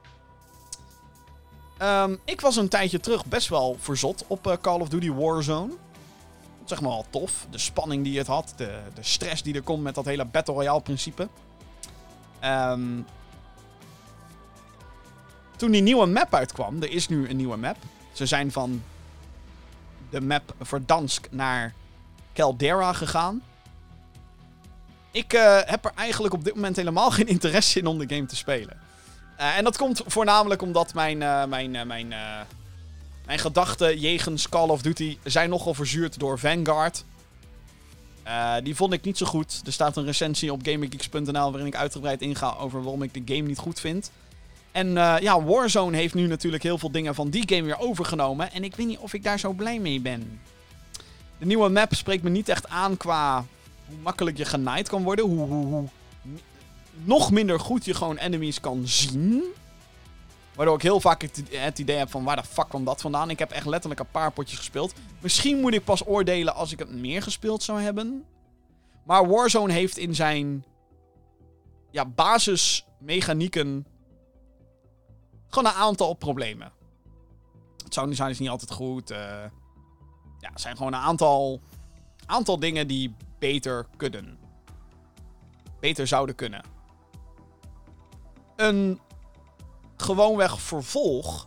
Ik was een tijdje terug best wel verzot op Call of Duty Warzone. Zeg maar wel tof. De spanning die het had. De stress die er komt met dat hele Battle Royale principe. Toen die nieuwe map uitkwam. Er is nu een nieuwe map. Ze zijn van de map Verdansk naar Caldera gegaan. Ik heb er eigenlijk op dit moment helemaal geen interesse in om de game te spelen. En dat komt voornamelijk omdat mijn gedachten jegens Call of Duty zijn nogal verzuurd door Vanguard. Die vond ik niet zo goed. Er staat een recensie op GamerGeeks.nl waarin ik uitgebreid inga over waarom ik de game niet goed vind. En Warzone heeft nu natuurlijk heel veel dingen van die game weer overgenomen. En ik weet niet of ik daar zo blij mee ben. De nieuwe map spreekt me niet echt aan qua hoe makkelijk je genaaid kan worden. Hoe nog minder goed je gewoon enemies kan zien. Waardoor ik heel vaak het idee heb van waar de fuck kwam dat vandaan. Ik heb echt letterlijk een paar potjes gespeeld. Misschien moet ik pas oordelen als ik het meer gespeeld zou hebben. Maar Warzone heeft in zijn basismechanieken gewoon een aantal problemen. Het sound design is niet altijd goed. Het zijn gewoon een aantal dingen die beter kunnen. Beter zouden kunnen. Een gewoonweg vervolg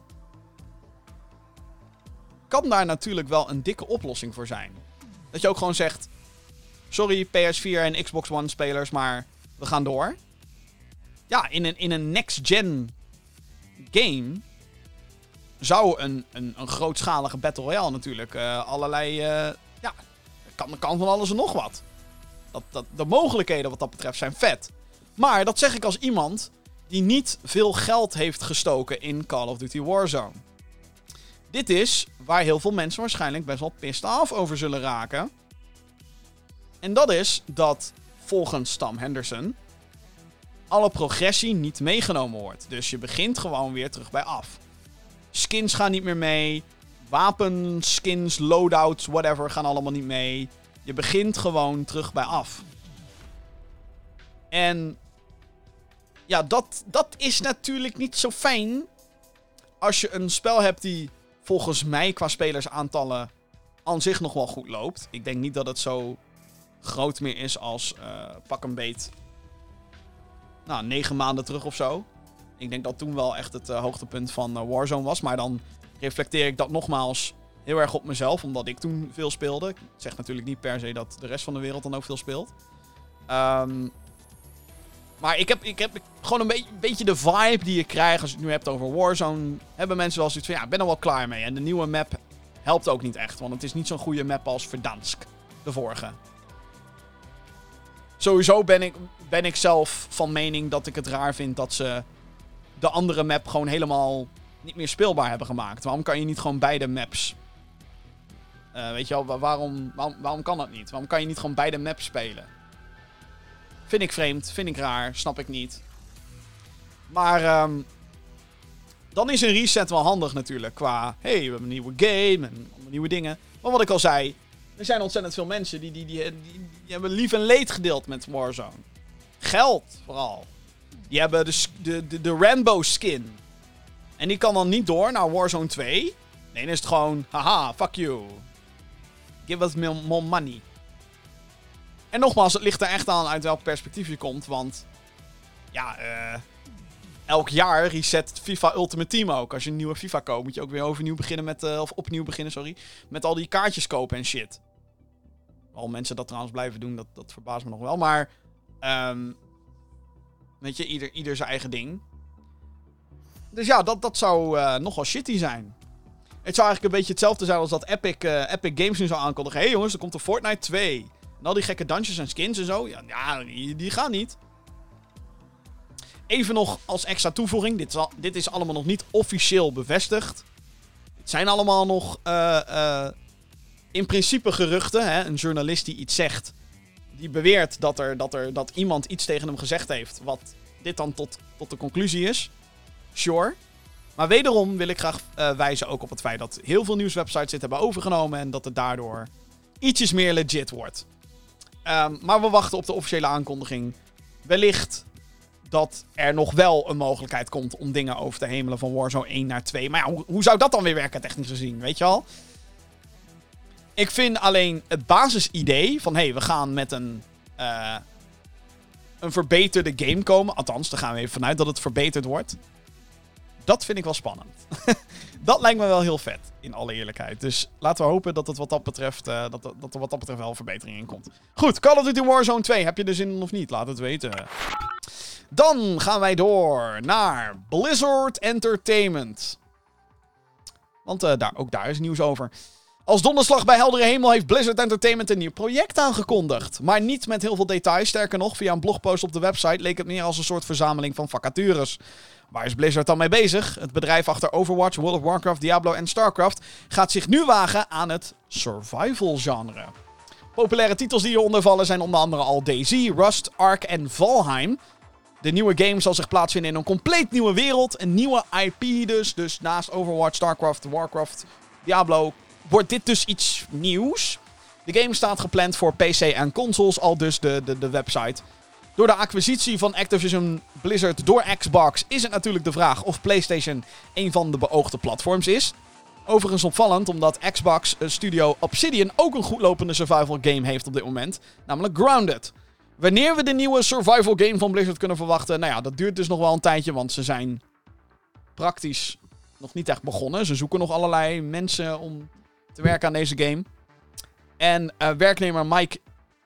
kan daar natuurlijk wel een dikke oplossing voor zijn. Dat je ook gewoon zegt, sorry PS4 en Xbox One spelers, maar we gaan door. Ja, in een next-gen game zou een grootschalige Battle Royale natuurlijk kan van alles en nog wat. De mogelijkheden wat dat betreft zijn vet. Maar dat zeg ik als iemand die niet veel geld heeft gestoken in Call of Duty Warzone. Dit is waar heel veel mensen waarschijnlijk best wel pissed af over zullen raken. En dat is dat volgens Tom Henderson alle progressie niet meegenomen wordt. Dus je begint gewoon weer terug bij af. Skins gaan niet meer mee. Wapenskins, loadouts, whatever gaan allemaal niet mee. Je begint gewoon terug bij af. En ja, dat is natuurlijk niet zo fijn als je een spel hebt die volgens mij qua spelersaantallen aan zich nog wel goed loopt. Ik denk niet dat het zo groot meer is als pak een beet 9 maanden terug of zo. Ik denk dat toen wel echt het hoogtepunt van Warzone was. Maar dan reflecteer ik dat nogmaals heel erg op mezelf. Omdat ik toen veel speelde. Ik zeg natuurlijk niet per se dat de rest van de wereld dan ook veel speelt. Maar ik heb gewoon een beetje de vibe die je krijgt als je het nu hebt over Warzone. Hebben mensen wel zoiets van, ja, ik ben er wel klaar mee. En de nieuwe map helpt ook niet echt. Want het is niet zo'n goede map als Verdansk, de vorige. Sowieso ben ik zelf van mening dat ik het raar vind dat ze de andere map gewoon helemaal niet meer speelbaar hebben gemaakt. Waarom kan je niet gewoon beide maps... weet je wel, waarom kan dat niet? Waarom kan je niet gewoon beide maps spelen? Vind ik vreemd, vind ik raar, snap ik niet. Maar dan is een reset wel handig natuurlijk. Qua, hey, we hebben een nieuwe game en allemaal nieuwe dingen. Maar wat ik al zei, er zijn ontzettend veel mensen die hebben lief en leed gedeeld met Warzone. Geld vooral. Die hebben de Rambo skin. En die kan dan niet door naar Warzone 2. Nee, dan is het gewoon, haha, fuck you. Give us more money. En nogmaals, het ligt er echt aan uit welk perspectief je komt. Want, ja, elk jaar reset FIFA Ultimate Team ook. Als je een nieuwe FIFA koopt, moet je ook weer opnieuw beginnen, met al die kaartjes kopen en shit. Al mensen dat trouwens blijven doen, dat verbaast me nog wel. Maar, weet je, ieder zijn eigen ding. Dus ja, dat zou nogal shitty zijn. Het zou eigenlijk een beetje hetzelfde zijn als dat Epic Games nu zou aankondigen. Hé jongens, er komt een Fortnite 2. En al die gekke dansjes en skins en zo. Ja, die gaan niet. Even nog als extra toevoeging. Dit is allemaal nog niet officieel bevestigd. Het zijn allemaal nog in principe geruchten. Hè? Een journalist die iets zegt. Die beweert dat iemand iets tegen hem gezegd heeft. Wat dit dan tot de conclusie is. Sure. Maar wederom wil ik graag wijzen ook op het feit dat heel veel nieuwswebsites dit hebben overgenomen. En dat het daardoor ietsjes meer legit wordt. Maar we wachten op de officiële aankondiging. Wellicht dat er nog wel een mogelijkheid komt om dingen over te hemelen van Warzone 1 naar 2. Maar ja, hoe zou dat dan weer werken technisch gezien, weet je al? Ik vind alleen het basisidee van, hey, we gaan met een verbeterde game komen. Althans, daar gaan we even vanuit dat het verbeterd wordt. Dat vind ik wel spannend. Dat lijkt me wel heel vet, in alle eerlijkheid. Dus laten we hopen dat het wat dat betreft, dat er wat dat betreft wel verbetering in komt. Goed, Call of Duty Warzone 2. Heb je er zin in of niet? Laat het weten. Dan gaan wij door naar Blizzard Entertainment. Want ook daar is nieuws over. Als donderslag bij heldere hemel heeft Blizzard Entertainment een nieuw project aangekondigd. Maar niet met heel veel details. Sterker nog, via een blogpost op de website leek het meer als een soort verzameling van vacatures. Waar is Blizzard dan mee bezig? Het bedrijf achter Overwatch, World of Warcraft, Diablo en StarCraft gaat zich nu wagen aan het survival genre. Populaire titels die hieronder vallen zijn onder andere al DayZ, Rust, Ark en Valheim. De nieuwe game zal zich plaatsvinden in een compleet nieuwe wereld. Een nieuwe IP dus. Dus naast Overwatch, StarCraft, Warcraft, Diablo wordt dit dus iets nieuws. De game staat gepland voor PC en consoles, al dus de website. Door de acquisitie van Activision Blizzard door Xbox is het natuurlijk de vraag of PlayStation een van de beoogde platforms is. Overigens opvallend, omdat Xbox Studio Obsidian ook een goedlopende survival game heeft op dit moment. Namelijk Grounded. Wanneer we de nieuwe survival game van Blizzard kunnen verwachten, nou ja, dat duurt dus nog wel een tijdje, want ze zijn praktisch nog niet echt begonnen. Ze zoeken nog allerlei mensen om te werken aan deze game. En werknemer Mike...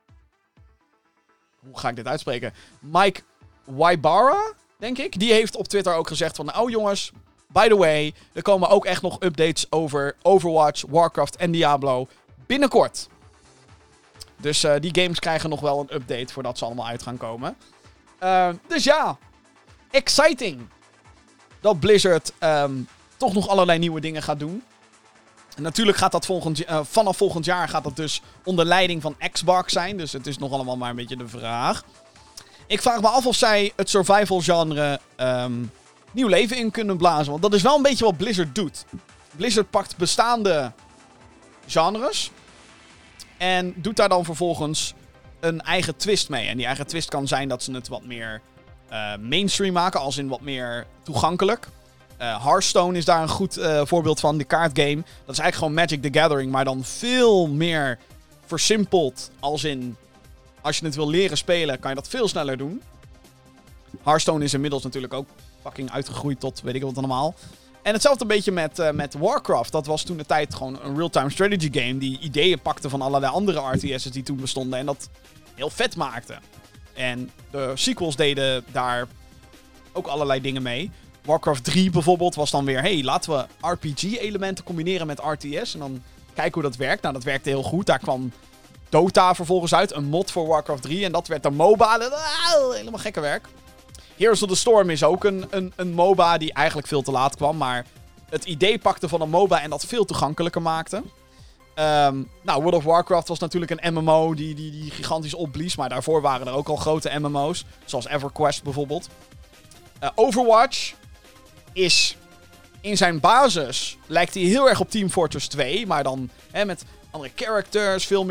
Hoe ga ik dit uitspreken? Mike Wybara, denk ik. Die heeft op Twitter ook gezegd van... Oh jongens, by the way, er komen ook echt nog updates over Overwatch, Warcraft en Diablo binnenkort. Dus die games krijgen nog wel een update voordat ze allemaal uit gaan komen. Dus ja, exciting dat Blizzard toch nog allerlei nieuwe dingen gaat doen. En natuurlijk gaat dat vanaf volgend jaar gaat dat dus onder leiding van Xbox zijn. Dus het is nog allemaal maar een beetje de vraag. Ik vraag me af of zij het survival genre nieuw leven in kunnen blazen. Want dat is wel een beetje wat Blizzard doet. Blizzard pakt bestaande genres en doet daar dan vervolgens een eigen twist mee. En die eigen twist kan zijn dat ze het wat meer mainstream maken, als in wat meer toegankelijk. Hearthstone is daar een goed voorbeeld van, de kaartgame. Dat is eigenlijk gewoon Magic the Gathering, maar dan veel meer versimpeld. Als in, als je het wil leren spelen, kan je dat veel sneller doen. Hearthstone is inmiddels natuurlijk ook fucking uitgegroeid tot weet ik wat allemaal. En hetzelfde een beetje met Warcraft. Dat was toen de tijd gewoon een real-time strategy game die ideeën pakte van allerlei andere RTS's die toen bestonden en dat heel vet maakte. En de sequels deden daar ook allerlei dingen mee. Warcraft 3 bijvoorbeeld was dan weer, laten we RPG-elementen combineren met RTS en dan kijken hoe dat werkt. Nou, dat werkte heel goed. Daar kwam Dota vervolgens uit, een mod voor Warcraft 3 en dat werd een MOBA. Helemaal gekke werk. Heroes of the Storm is ook een MOBA die eigenlijk veel te laat kwam, maar het idee pakte van een MOBA en dat veel toegankelijker maakte. World of Warcraft was natuurlijk een MMO die gigantisch opblies, maar daarvoor waren er ook al grote MMO's, zoals EverQuest bijvoorbeeld. Overwatch is in zijn basis, lijkt hij heel erg op Team Fortress 2, maar dan met andere characters, veel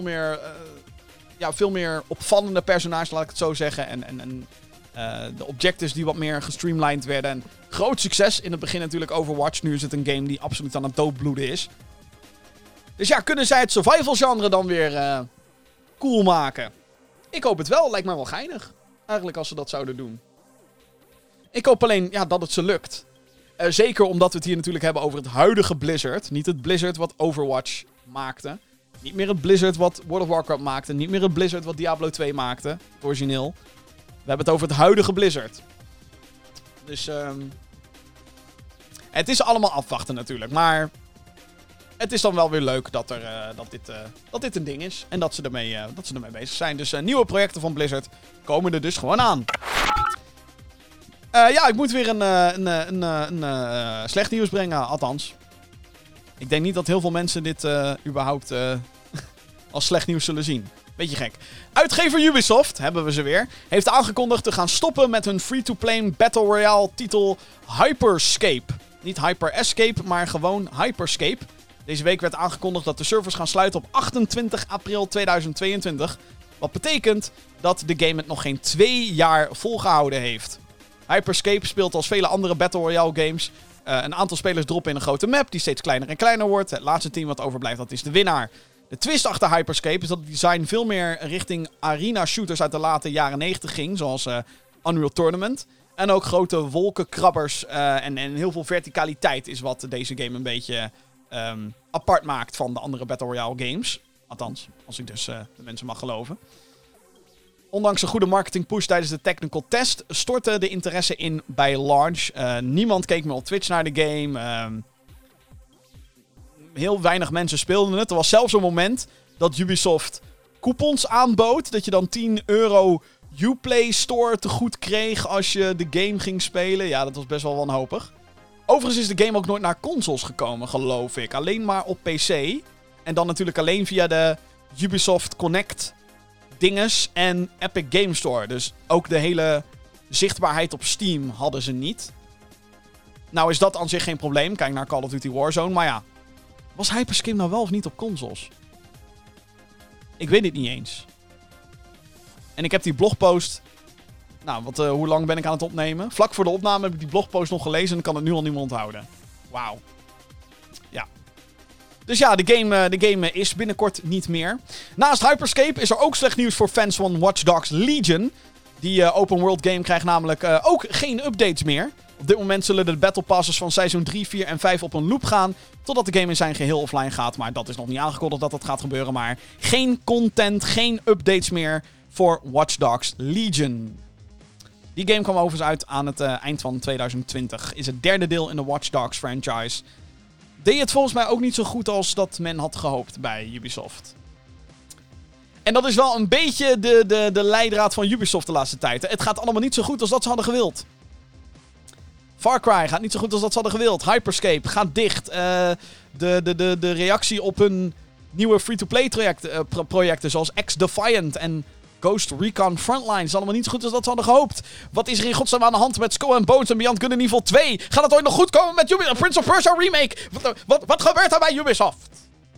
meer opvallende personages, laat ik het zo zeggen, en de objectives die wat meer gestreamlined werden. En groot succes in het begin natuurlijk Overwatch. Nu is het een game die absoluut aan het doodbloeden is. Dus ja, kunnen zij het survival genre dan weer cool maken? Ik hoop het wel. Lijkt me wel geinig. Eigenlijk als ze dat zouden doen. Ik hoop alleen dat het ze lukt. Zeker omdat we het hier natuurlijk hebben over het huidige Blizzard. Niet het Blizzard wat Overwatch maakte. Niet meer het Blizzard wat World of Warcraft maakte. Niet meer het Blizzard wat Diablo 2 maakte. Het origineel. We hebben het over het huidige Blizzard. Dus het is allemaal afwachten natuurlijk. Maar het is dan wel weer leuk dat dit een ding is. En dat ze ermee bezig zijn. Dus nieuwe projecten van Blizzard komen er dus gewoon aan. Ik moet weer een slecht nieuws brengen. Althans. Ik denk niet dat heel veel mensen dit überhaupt als slecht nieuws zullen zien. Beetje gek. Uitgever Ubisoft, hebben we ze weer, heeft aangekondigd te gaan stoppen met hun free-to-play Battle Royale titel Hyperscape. Niet Hyper Escape, maar gewoon Hyperscape. Deze week werd aangekondigd dat de servers gaan sluiten op 28 april 2022. Wat betekent dat de game het nog geen 2 jaar volgehouden heeft. Hyperscape speelt als vele andere Battle Royale games. Een aantal spelers droppen in een grote map die steeds kleiner en kleiner wordt. Het laatste team wat overblijft, dat is de winnaar. De twist achter Hyperscape is dat het design veel meer richting arena shooters uit de late jaren 90 ging. Zoals Unreal Tournament. En ook grote wolkenkrabbers en heel veel verticaliteit is wat deze game een beetje apart maakt van de andere Battle Royale games. Althans, als ik dus de mensen mag geloven. Ondanks een goede marketing push tijdens de technical test stortte de interesse in bij launch. Niemand keek meer op Twitch naar de game. Heel weinig mensen speelden het. Er was zelfs een moment dat Ubisoft coupons aanbood. Dat je dan €10 Uplay Store te goed kreeg als je de game ging spelen. Ja, dat was best wel wanhopig. Overigens is de game ook nooit naar consoles gekomen, geloof ik. Alleen maar op PC. En dan natuurlijk alleen via de Ubisoft Connect dinges en Epic Game Store. Dus ook de hele zichtbaarheid op Steam hadden ze niet. Nou is dat aan zich geen probleem. Kijk naar Call of Duty Warzone. Maar ja, was Hyperscape nou wel of niet op consoles? Ik weet het niet eens. En ik heb die blogpost... Nou, hoe lang ben ik aan het opnemen? Vlak voor de opname heb ik die blogpost nog gelezen en kan het nu al niet meer onthouden. Wauw. Ja. Dus ja, de game is binnenkort niet meer. Naast Hyperscape is er ook slecht nieuws voor fans van Watch Dogs Legion. Die open world game krijgt namelijk ook geen updates meer. Op dit moment zullen de battle passes van seizoen 3, 4 en 5 op een loop gaan. Totdat de game in zijn geheel offline gaat. Maar dat is nog niet aangekondigd dat dat gaat gebeuren. Maar geen content, geen updates meer voor Watch Dogs Legion. Die game kwam overigens uit aan het eind van 2020. Is het derde deel in de Watch Dogs franchise. Deed het volgens mij ook niet zo goed als dat men had gehoopt bij Ubisoft. En dat is wel een beetje de leidraad van Ubisoft de laatste tijd. Het gaat allemaal niet zo goed als dat ze hadden gewild. Far Cry gaat niet zo goed als dat ze hadden gewild. Hyperscape gaat dicht. De reactie op hun nieuwe free-to-play projecten zoals X-Defiant en Ghost Recon Frontline is allemaal niet zo goed als dat ze hadden gehoopt. Wat is er in godsnaam aan de hand met Skull and Bones en Beyond Good and Evil 2? Gaat het ooit nog goed komen met Ubisoft? Prince of Persia Remake? Wat gebeurt er bij Ubisoft?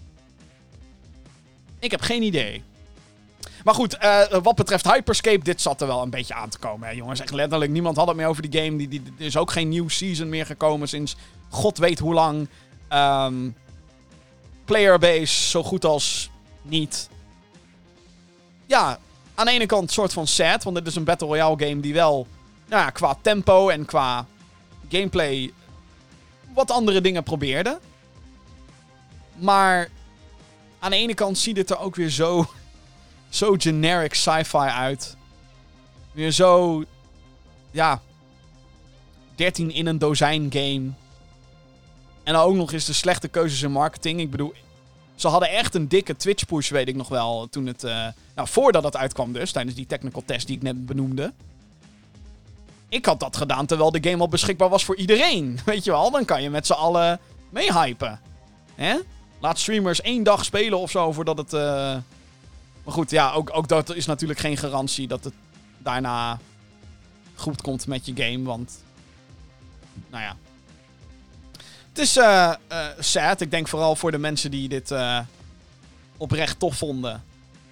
Ik heb geen idee. Maar goed, wat betreft Hyperscape, dit zat er wel een beetje aan te komen. Hè, jongens, echt letterlijk, niemand had het meer over die game. Er is ook geen nieuw season meer gekomen sinds god weet hoe lang. Playerbase zo goed als niet. Ja, aan de ene kant soort van sad, want dit is een Battle Royale game die wel nou ja, qua tempo en qua gameplay wat andere dingen probeerde. Maar aan de ene kant ziet het er ook weer zo generic sci-fi uit. Weer zo, ja, 13 in een dozijn game. En dan ook nog eens de slechte keuzes in marketing. Ik bedoel, ze hadden echt een dikke Twitch push, weet ik nog wel, toen het, voordat het uitkwam dus, tijdens die technical test die ik net benoemde. Ik had dat gedaan terwijl de game al beschikbaar was voor iedereen. Weet je wel, dan kan je met z'n allen meehypen. Hè? Laat streamers 1 dag spelen of zo voordat het... Maar goed, ja, ook dat is natuurlijk geen garantie dat het daarna goed komt met je game. Want, nou ja. Het is sad. Ik denk vooral voor de mensen die dit oprecht tof vonden.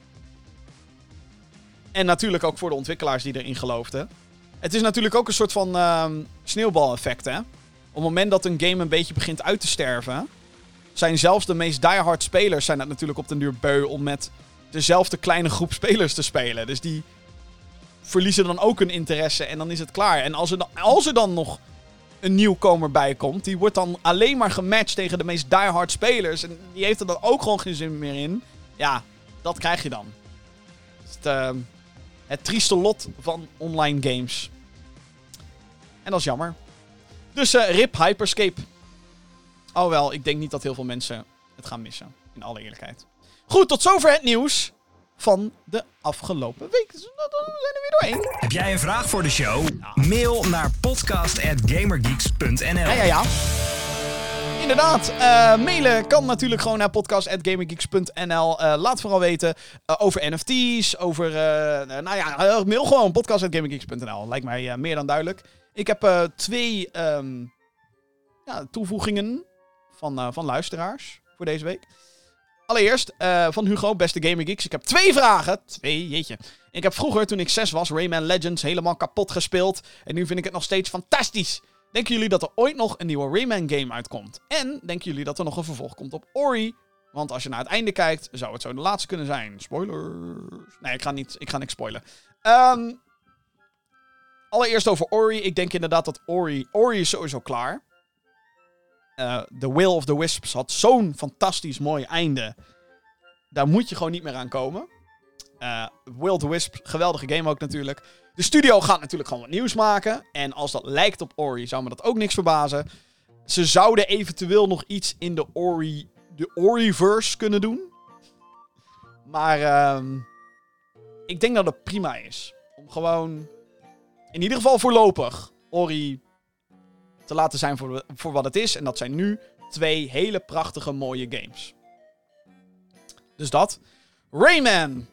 En natuurlijk ook voor de ontwikkelaars die erin geloofden. Het is natuurlijk ook een soort van sneeuwbaleffect, hè. Op het moment dat een game een beetje begint uit te sterven, zijn zelfs de meest diehard spelers zijn het natuurlijk op den duur beu om met dezelfde kleine groep spelers te spelen. Dus die verliezen dan ook hun interesse en dan is het klaar. En als er dan nog een nieuwkomer bij komt, die wordt dan alleen maar gematcht tegen de meest diehard spelers. En die heeft er dan ook gewoon geen zin meer in. Ja, dat krijg je dan. Het trieste lot van online games. En dat is jammer. Dus RIP Hyperscape. Oh wel, ik denk niet dat heel veel mensen het gaan missen. In alle eerlijkheid. Goed, tot zover het nieuws van de afgelopen week. We zijn er weer doorheen. Heb jij een vraag voor de show? Ja. Mail naar podcast@gamergeeks.nl. Ja. Inderdaad, mailen kan natuurlijk gewoon naar podcast@gamergeeks.nl. Laat vooral weten over NFT's, over... mail gewoon podcast@gamergeeks.nl. Lijkt mij meer dan duidelijk. Ik heb 2 toevoegingen van luisteraars voor deze week. Allereerst van Hugo, beste Gamergeeks. Ik heb 2 vragen. 2, jeetje. Ik heb vroeger, toen ik 6 was, Rayman Legends helemaal kapot gespeeld. En nu vind ik het nog steeds fantastisch. Denken jullie dat er ooit nog een nieuwe Rayman game uitkomt? En denken jullie dat er nog een vervolg komt op Ori? Want als je naar het einde kijkt, zou het zo de laatste kunnen zijn. Spoilers. Nee, ik ga niks spoilen. Allereerst over Ori. Ik denk inderdaad dat Ori is sowieso klaar. The Will of the Wisps had zo'n fantastisch mooi einde. Daar moet je gewoon niet meer aan komen. Will of the Wisps, geweldige game ook natuurlijk. De studio gaat natuurlijk gewoon wat nieuws maken. En als dat lijkt op Ori, zou me dat ook niks verbazen. Ze zouden eventueel nog iets in de Ori-verse kunnen doen. Maar ik denk dat het prima is. Om gewoon, in ieder geval voorlopig, Ori te laten zijn voor wat het is. En dat zijn nu 2 hele prachtige mooie games. Dus dat. Rayman.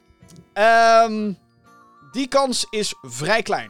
Die kans is vrij klein.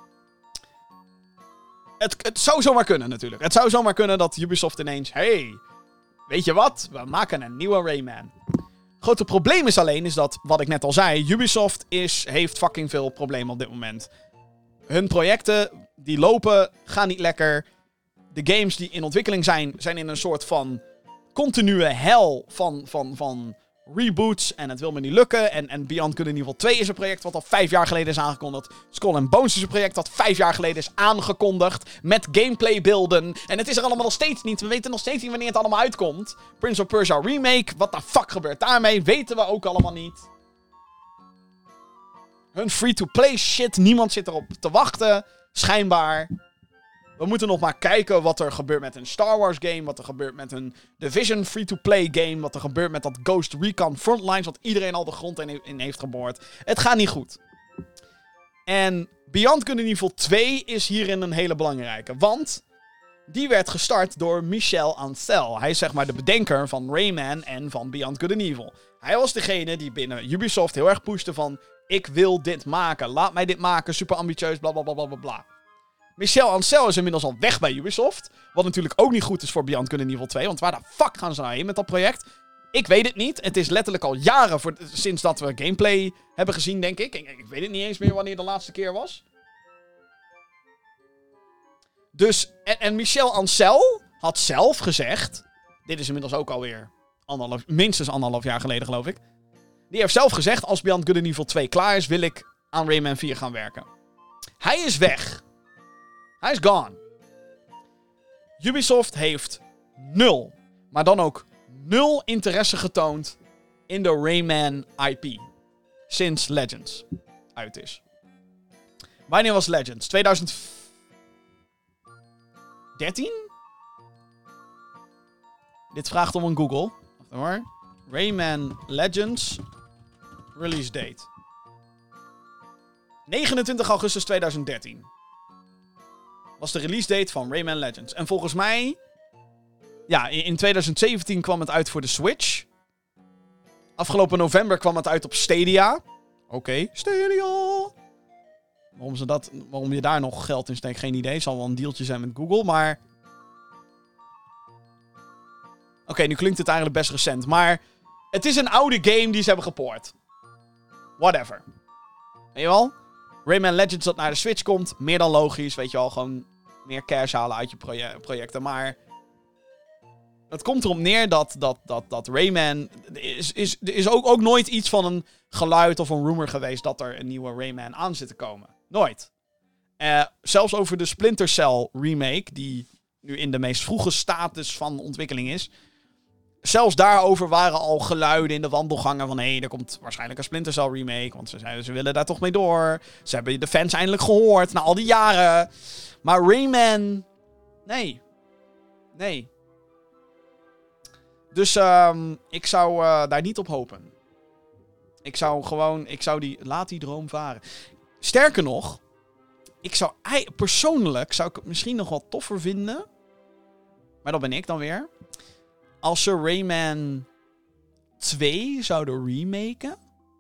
Het zou zomaar kunnen natuurlijk. Het zou zomaar kunnen dat Ubisoft ineens... Hey, weet je wat? We maken een nieuwe Rayman. Grote probleem is alleen dat, wat ik net al zei... Ubisoft heeft fucking veel problemen op dit moment. Hun projecten die lopen, gaan niet lekker. De games die in ontwikkeling zijn in een soort van continue hel van reboots. En het wil me niet lukken. En Beyond Good and Evil 2 is een project wat al 5 jaar geleden is aangekondigd. Skull and Bones is een project dat 5 jaar geleden is aangekondigd. Met gameplaybeelden. En het is er allemaal nog steeds niet. We weten nog steeds niet wanneer het allemaal uitkomt. Prince of Persia Remake. Wat de fuck gebeurt daarmee? Weten we ook allemaal niet. Hun free-to-play shit. Niemand zit erop te wachten. Schijnbaar. We moeten nog maar kijken wat er gebeurt met een Star Wars game. Wat er gebeurt met een Division free-to-play game. Wat er gebeurt met dat Ghost Recon Frontlines. Wat iedereen al de grond in heeft geboord. Het gaat niet goed. En Beyond Good and Evil 2 is hierin een hele belangrijke. Want die werd gestart door Michel Ancel. Hij is zeg maar de bedenker van Rayman en van Beyond Good and Evil. Hij was degene die binnen Ubisoft heel erg pushte van... Ik wil dit maken. Laat mij dit maken. Super ambitieus. Blablabla. Michel Ancel is inmiddels al weg bij Ubisoft. Wat natuurlijk ook niet goed is voor Beyond Good and Evil 2. Want waar de fuck gaan ze nou heen met dat project? Ik weet het niet. Het is letterlijk al jaren sinds dat we gameplay hebben gezien, denk ik. Ik weet het niet eens meer wanneer de laatste keer was. Dus, en Michel Ancel had zelf gezegd... Dit is inmiddels ook alweer minstens 1,5 jaar geleden, geloof ik. Die heeft zelf gezegd, als Beyond Good and Evil 2 klaar is... wil ik aan Rayman 4 gaan werken. Hij is weg. Hij is gone. Ubisoft heeft 0, maar dan ook 0 interesse getoond in de Rayman IP. Sinds Legends uit is. Wanneer was Legends? 2013? Dit vraagt om een Google. Wacht hoor. Rayman Legends release date. 29 augustus 2013. Was de release date van Rayman Legends. En volgens mij... Ja, in 2017 kwam het uit voor de Switch. Afgelopen november kwam het uit op Stadia. Oké, Stadia. Waarom je daar nog geld in steekt, geen idee. Zal wel een dealtje zijn met Google, maar... Oké, nu klinkt het eigenlijk best recent. Maar het is een oude game die ze hebben gepoord. Whatever. Weet je wel? Rayman Legends dat naar de Switch komt. Meer dan logisch. Weet je wel, gewoon meer cash halen uit je projecten. Maar het komt erop neer dat Rayman... Er is ook nooit iets van een geluid of een rumor geweest dat er een nieuwe Rayman aan zit te komen. Nooit. Zelfs over de Splinter Cell remake, die nu in de meest vroege status van ontwikkeling is. Zelfs daarover waren al geluiden in de wandelgangen van... er komt waarschijnlijk een Splinter Cell remake, want ze zeiden ze willen daar toch mee door. Ze hebben de fans eindelijk gehoord na al die jaren. Maar Rayman... Nee. Dus ik zou daar niet op hopen. Laat die droom varen. Sterker nog, persoonlijk zou ik het misschien nog wel toffer vinden. Maar dat ben ik dan weer. Als ze Rayman 2 zouden remaken.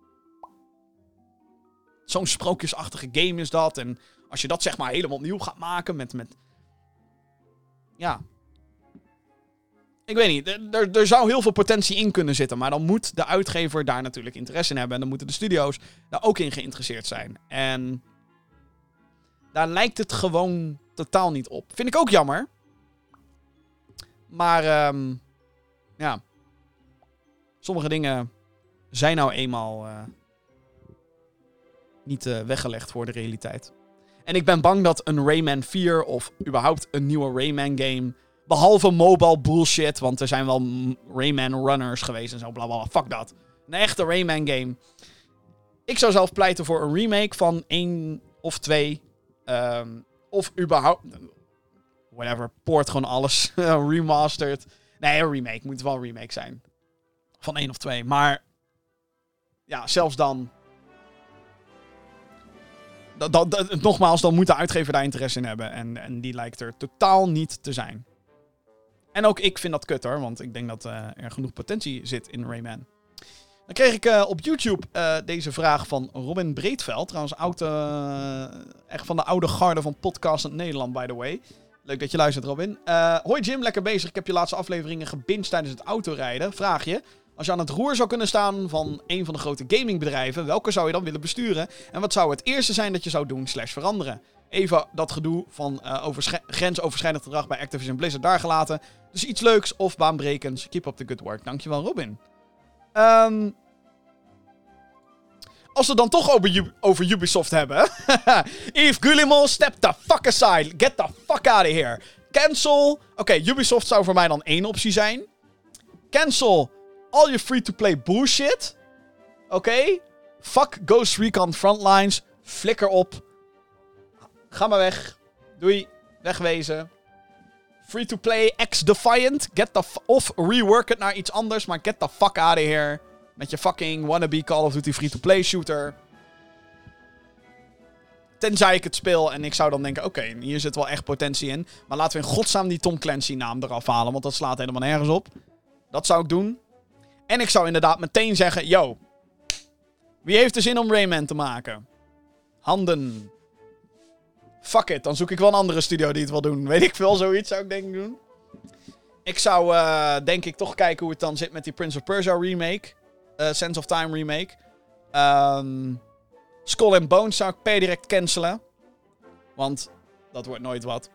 Zo'n sprookjesachtige game is dat. En als je dat zeg maar helemaal opnieuw gaat maken met... Ja. Ik weet niet. Er zou heel veel potentie in kunnen zitten. Maar dan moet de uitgever daar natuurlijk interesse in hebben. En dan moeten de studio's daar ook in geïnteresseerd zijn. En daar lijkt het gewoon totaal niet op. Vind ik ook jammer. Maar ja. Sommige dingen zijn nou eenmaal niet weggelegd voor de realiteit. En ik ben bang dat een Rayman 4 of überhaupt een nieuwe Rayman game... Behalve mobile bullshit, want er zijn wel Rayman runners geweest en zo, blablabla. Fuck dat. Een echte Rayman game. Ik zou zelf pleiten voor een remake van 1 of 2. Of überhaupt... Whatever, poort gewoon alles. Remastered. Nee, een remake. Moet wel een remake zijn. Van 1 of 2. Maar... Ja, zelfs dan... Nogmaals, dan moet de uitgever daar interesse in hebben. En die lijkt er totaal niet te zijn. En ook ik vind dat kut hoor, want ik denk dat er genoeg potentie zit in Rayman. Dan kreeg ik op YouTube deze vraag van Robin Breedveld. Trouwens, echt van de oude garde van Podcast in Nederland, by the way. Leuk dat je luistert, Robin. Hoi Jim, lekker bezig. Ik heb je laatste afleveringen gebinged tijdens het autorijden. Vraag je, als je aan het roer zou kunnen staan van een van de grote gamingbedrijven, welke zou je dan willen besturen? En wat zou het eerste zijn dat je zou doen / veranderen? Even dat gedoe van grensoverschrijdend gedrag bij Activision Blizzard daar gelaten. Dus iets leuks of baanbrekends. Keep up the good work. Dankjewel, Robin. Als we het dan toch over Ubisoft hebben. Yves Guillemot, step the fuck aside. Get the fuck out of here. Cancel. Oké, Ubisoft zou voor mij dan 1 optie zijn. Cancel all your free-to-play bullshit. Oké. Fuck Ghost Recon Frontlines. Flikker op. Ga maar weg. Doei. Wegwezen. Free-to-play X-Defiant. Of rework het naar iets anders. Maar get the fuck out of here. Met je fucking wannabe Call of Duty free-to-play shooter. Tenzij ik het speel en ik zou dan denken... Oké, hier zit wel echt potentie in. Maar laten we in godsnaam die Tom Clancy naam eraf halen. Want dat slaat helemaal nergens op. Dat zou ik doen. En ik zou inderdaad meteen zeggen... Yo. Wie heeft er zin om Rayman te maken? Handen. Fuck it, dan zoek ik wel een andere studio die het wil doen. Weet ik veel, zoiets zou ik denk ik doen. Ik zou denk ik toch kijken hoe het dan zit met die Prince of Persia remake. Sense of Time remake. Skull and Bones zou ik per direct cancelen. Want dat wordt nooit wat.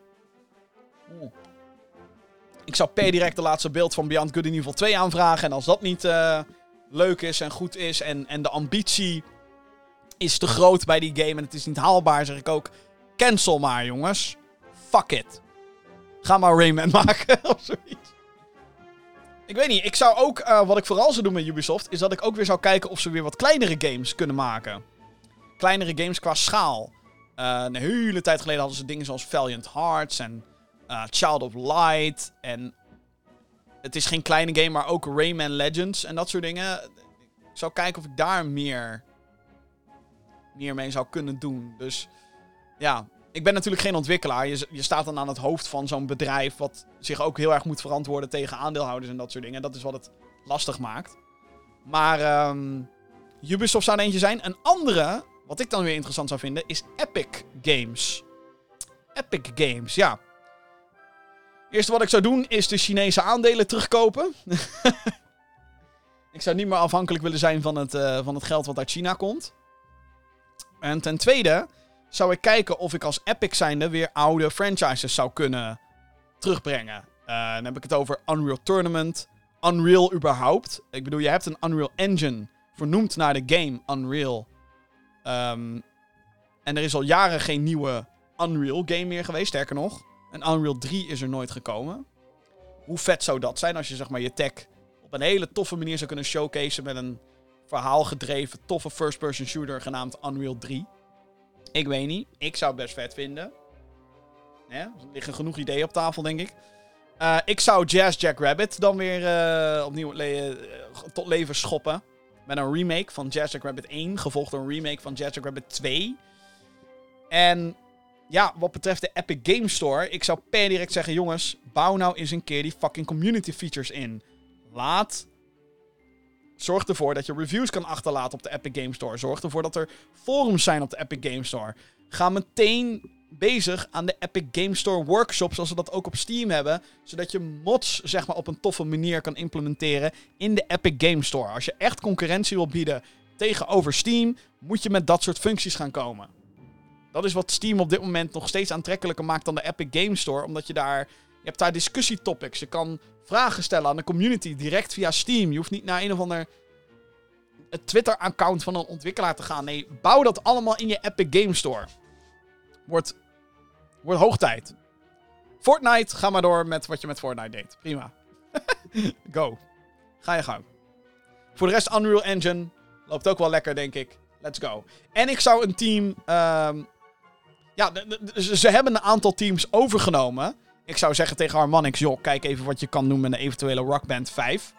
Ik zou per direct de laatste beeld van Beyond Good and Evil 2 aanvragen. En als dat niet leuk is en goed is en de ambitie is te groot bij die game en het is niet haalbaar, zeg ik ook... Cancel maar, jongens. fuck it. Ga maar Rayman maken of zoiets. Ik weet niet, ik zou ook, wat ik vooral zou doen met Ubisoft, is dat ik ook weer zou kijken of ze weer wat kleinere games kunnen maken. Kleinere games qua schaal. Een hele tijd geleden hadden ze dingen zoals Valiant Hearts en Child of Light. En het is geen kleine game, maar ook Rayman Legends en dat soort dingen. Ik zou kijken of ik daar meer mee zou kunnen doen. Dus ja, ik ben natuurlijk geen ontwikkelaar. Je staat dan aan het hoofd van zo'n bedrijf wat zich ook heel erg moet verantwoorden tegen aandeelhouders en dat soort dingen. Dat is wat het lastig maakt. Maar Ubisoft zou er eentje zijn. Een andere, wat ik dan weer interessant zou vinden, is Epic Games. Epic Games, ja. Het eerste wat ik zou doen is de Chinese aandelen terugkopen. Ik zou niet meer afhankelijk willen zijn van het geld wat uit China komt. En ten tweede zou ik kijken of ik als Epic zijnde weer oude franchises zou kunnen terugbrengen. Dan heb ik het over Unreal Tournament, Unreal überhaupt. Ik bedoel, je hebt een Unreal Engine vernoemd naar de game Unreal. En er is al jaren geen nieuwe Unreal game meer geweest, sterker nog. En Unreal 3 is er nooit gekomen. Hoe vet zou dat zijn als je zeg maar je tech op een hele toffe manier zou kunnen showcaseen met een verhaalgedreven, toffe first-person shooter genaamd Unreal 3. Ik weet niet. Ik zou het best vet vinden. Ja, er liggen genoeg ideeën op tafel, denk ik. Ik zou Jazz Jackrabbit dan weer opnieuw tot leven schoppen. Met een remake van Jazz Jackrabbit 1. Gevolgd door een remake van Jazz Jackrabbit 2. En ja, wat betreft de Epic Game Store. Ik zou per direct zeggen, jongens, bouw nou eens een keer die fucking community features in. Zorg ervoor dat je reviews kan achterlaten op de Epic Game Store. Zorg ervoor dat er forums zijn op de Epic Game Store. Ga meteen bezig aan de Epic Game Store workshops, zoals we dat ook op Steam hebben. Zodat je mods zeg maar op een toffe manier kan implementeren in de Epic Game Store. Als je echt concurrentie wil bieden tegenover Steam, moet je met dat soort functies gaan komen. Dat is wat Steam op dit moment nog steeds aantrekkelijker maakt dan de Epic Game Store. Omdat je hebt daar discussietopics. Je kan vragen stellen aan de community direct via Steam. Je hoeft niet naar een of ander Twitter-account van een ontwikkelaar te gaan. Nee, bouw dat allemaal in je Epic Game Store. Wordt hoog tijd. Fortnite, ga maar door met wat je met Fortnite deed. Prima. Go. Ga je gang. Voor de rest Unreal Engine. Loopt ook wel lekker, denk ik. Let's go. En ik zou een team... ze hebben een aantal teams overgenomen. Ik zou zeggen tegen Harmonix, joh, kijk even wat je kan doen met een eventuele Rock Band 5.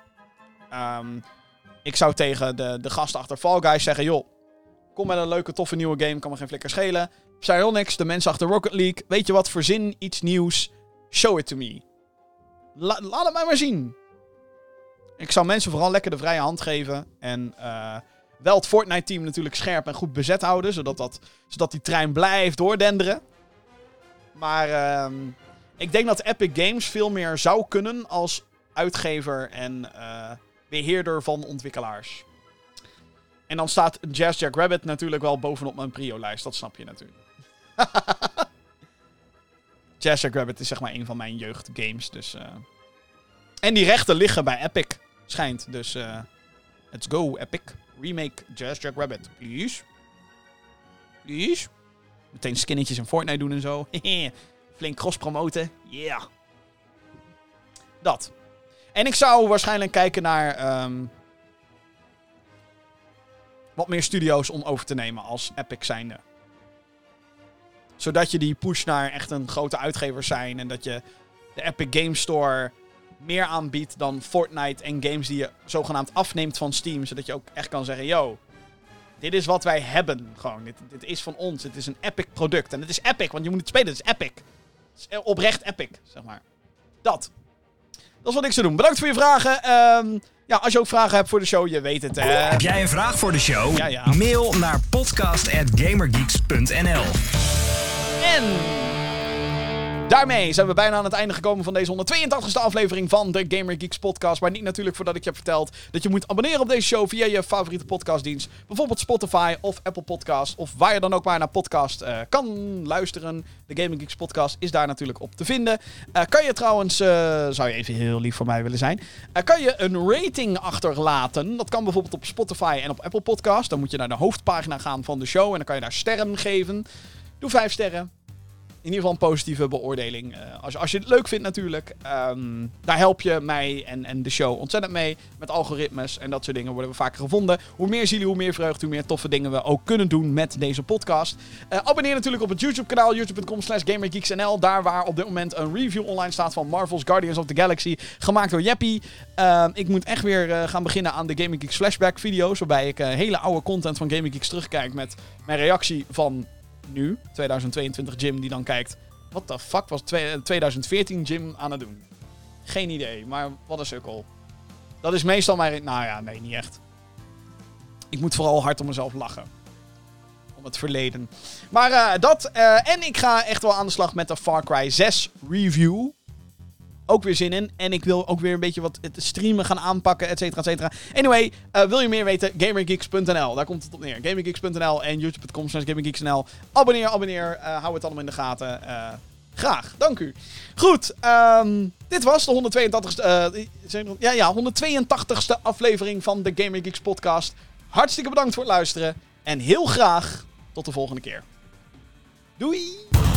Ik zou tegen de gasten achter Fall Guys zeggen, joh, kom met een leuke, toffe nieuwe game, kan me geen flikker schelen. Psyonix, de mensen achter Rocket League, weet je wat, verzin iets nieuws. Show it to me. Laat het mij maar zien. Ik zou mensen vooral lekker de vrije hand geven. En wel het Fortnite-team natuurlijk scherp en goed bezet houden, zodat die trein blijft doordenderen. Maar ik denk dat Epic Games veel meer zou kunnen als uitgever en beheerder van ontwikkelaars. En dan staat Jazz Jackrabbit natuurlijk wel bovenop mijn prio-lijst. Dat snap je natuurlijk. Jazz Jackrabbit is zeg maar een van mijn jeugdgames. Dus, en die rechten liggen bij Epic. Schijnt. Dus let's go Epic. Remake Jazz Jackrabbit. Please. Please. Meteen skinnetjes in Fortnite doen en zo. Flink cross-promoten. Yeah. Dat. En ik zou waarschijnlijk kijken naar wat meer studio's om over te nemen als Epic zijnde. Zodat je die push naar echt een grote uitgever zijn. En dat je de Epic Game Store meer aanbiedt dan Fortnite en games die je zogenaamd afneemt van Steam. Zodat je ook echt kan zeggen, yo, dit is wat wij hebben. Gewoon, dit is van ons. Het is een epic product. En het is epic, want je moet het spelen. Het is epic. Het is oprecht epic, zeg maar. Dat is wat ik zou doen. Bedankt voor je vragen. Als je ook vragen hebt voor de show, je weet het. Heb jij een vraag voor de show? Ja. Mail naar podcast@gamergeeks.nl. En daarmee zijn we bijna aan het einde gekomen van deze 182e aflevering van de Gamer Geeks podcast. Maar niet natuurlijk voordat ik je heb verteld dat je moet abonneren op deze show via je favoriete podcastdienst. Bijvoorbeeld Spotify of Apple Podcast of waar je dan ook maar naar podcast kan luisteren. De Gamer Geeks podcast is daar natuurlijk op te vinden. Kan je trouwens, zou je even heel lief voor mij willen zijn, kan je een rating achterlaten. Dat kan bijvoorbeeld op Spotify en op Apple Podcast. Dan moet je naar de hoofdpagina gaan van de show en dan kan je daar sterren geven. Doe 5 sterren. in ieder geval een positieve beoordeling. Als je het leuk vindt natuurlijk. Daar help je mij en de show ontzettend mee. Met algoritmes en dat soort dingen worden we vaker gevonden. Hoe meer zielen, hoe meer vreugde, hoe meer toffe dingen we ook kunnen doen met deze podcast. Abonneer natuurlijk op het YouTube kanaal. youtube.com/GamerGeeksNL. Daar waar op dit moment een review online staat van Marvel's Guardians of the Galaxy. Gemaakt door Jeppy. Ik moet echt weer gaan beginnen aan de Gaming Geeks flashback video's. Waarbij ik hele oude content van Gaming Geeks terugkijk met mijn reactie van nu, 2022 Jim, die dan kijkt. Wat de fuck was 2014 Jim aan het doen? Geen idee, maar wat een sukkel. Dat is meestal mijn... Nou ja, nee, niet echt. Ik moet vooral hard om mezelf lachen. Om het verleden. Maar en ik ga echt wel aan de slag met de Far Cry 6 review. Ook weer zin in. En ik wil ook weer een beetje wat het streamen gaan aanpakken, et cetera, et cetera. Anyway, wil je meer weten? GamerGeeks.nl. Daar komt het op neer. GamerGeeks.nl en youtube.com/GamerGeeksNL. Abonneer. Hou het allemaal in de gaten. Graag. Dank u. Goed. Dit was de 182ste aflevering van de Gaming Geeks podcast. Hartstikke bedankt voor het luisteren. En heel graag tot de volgende keer. Doei!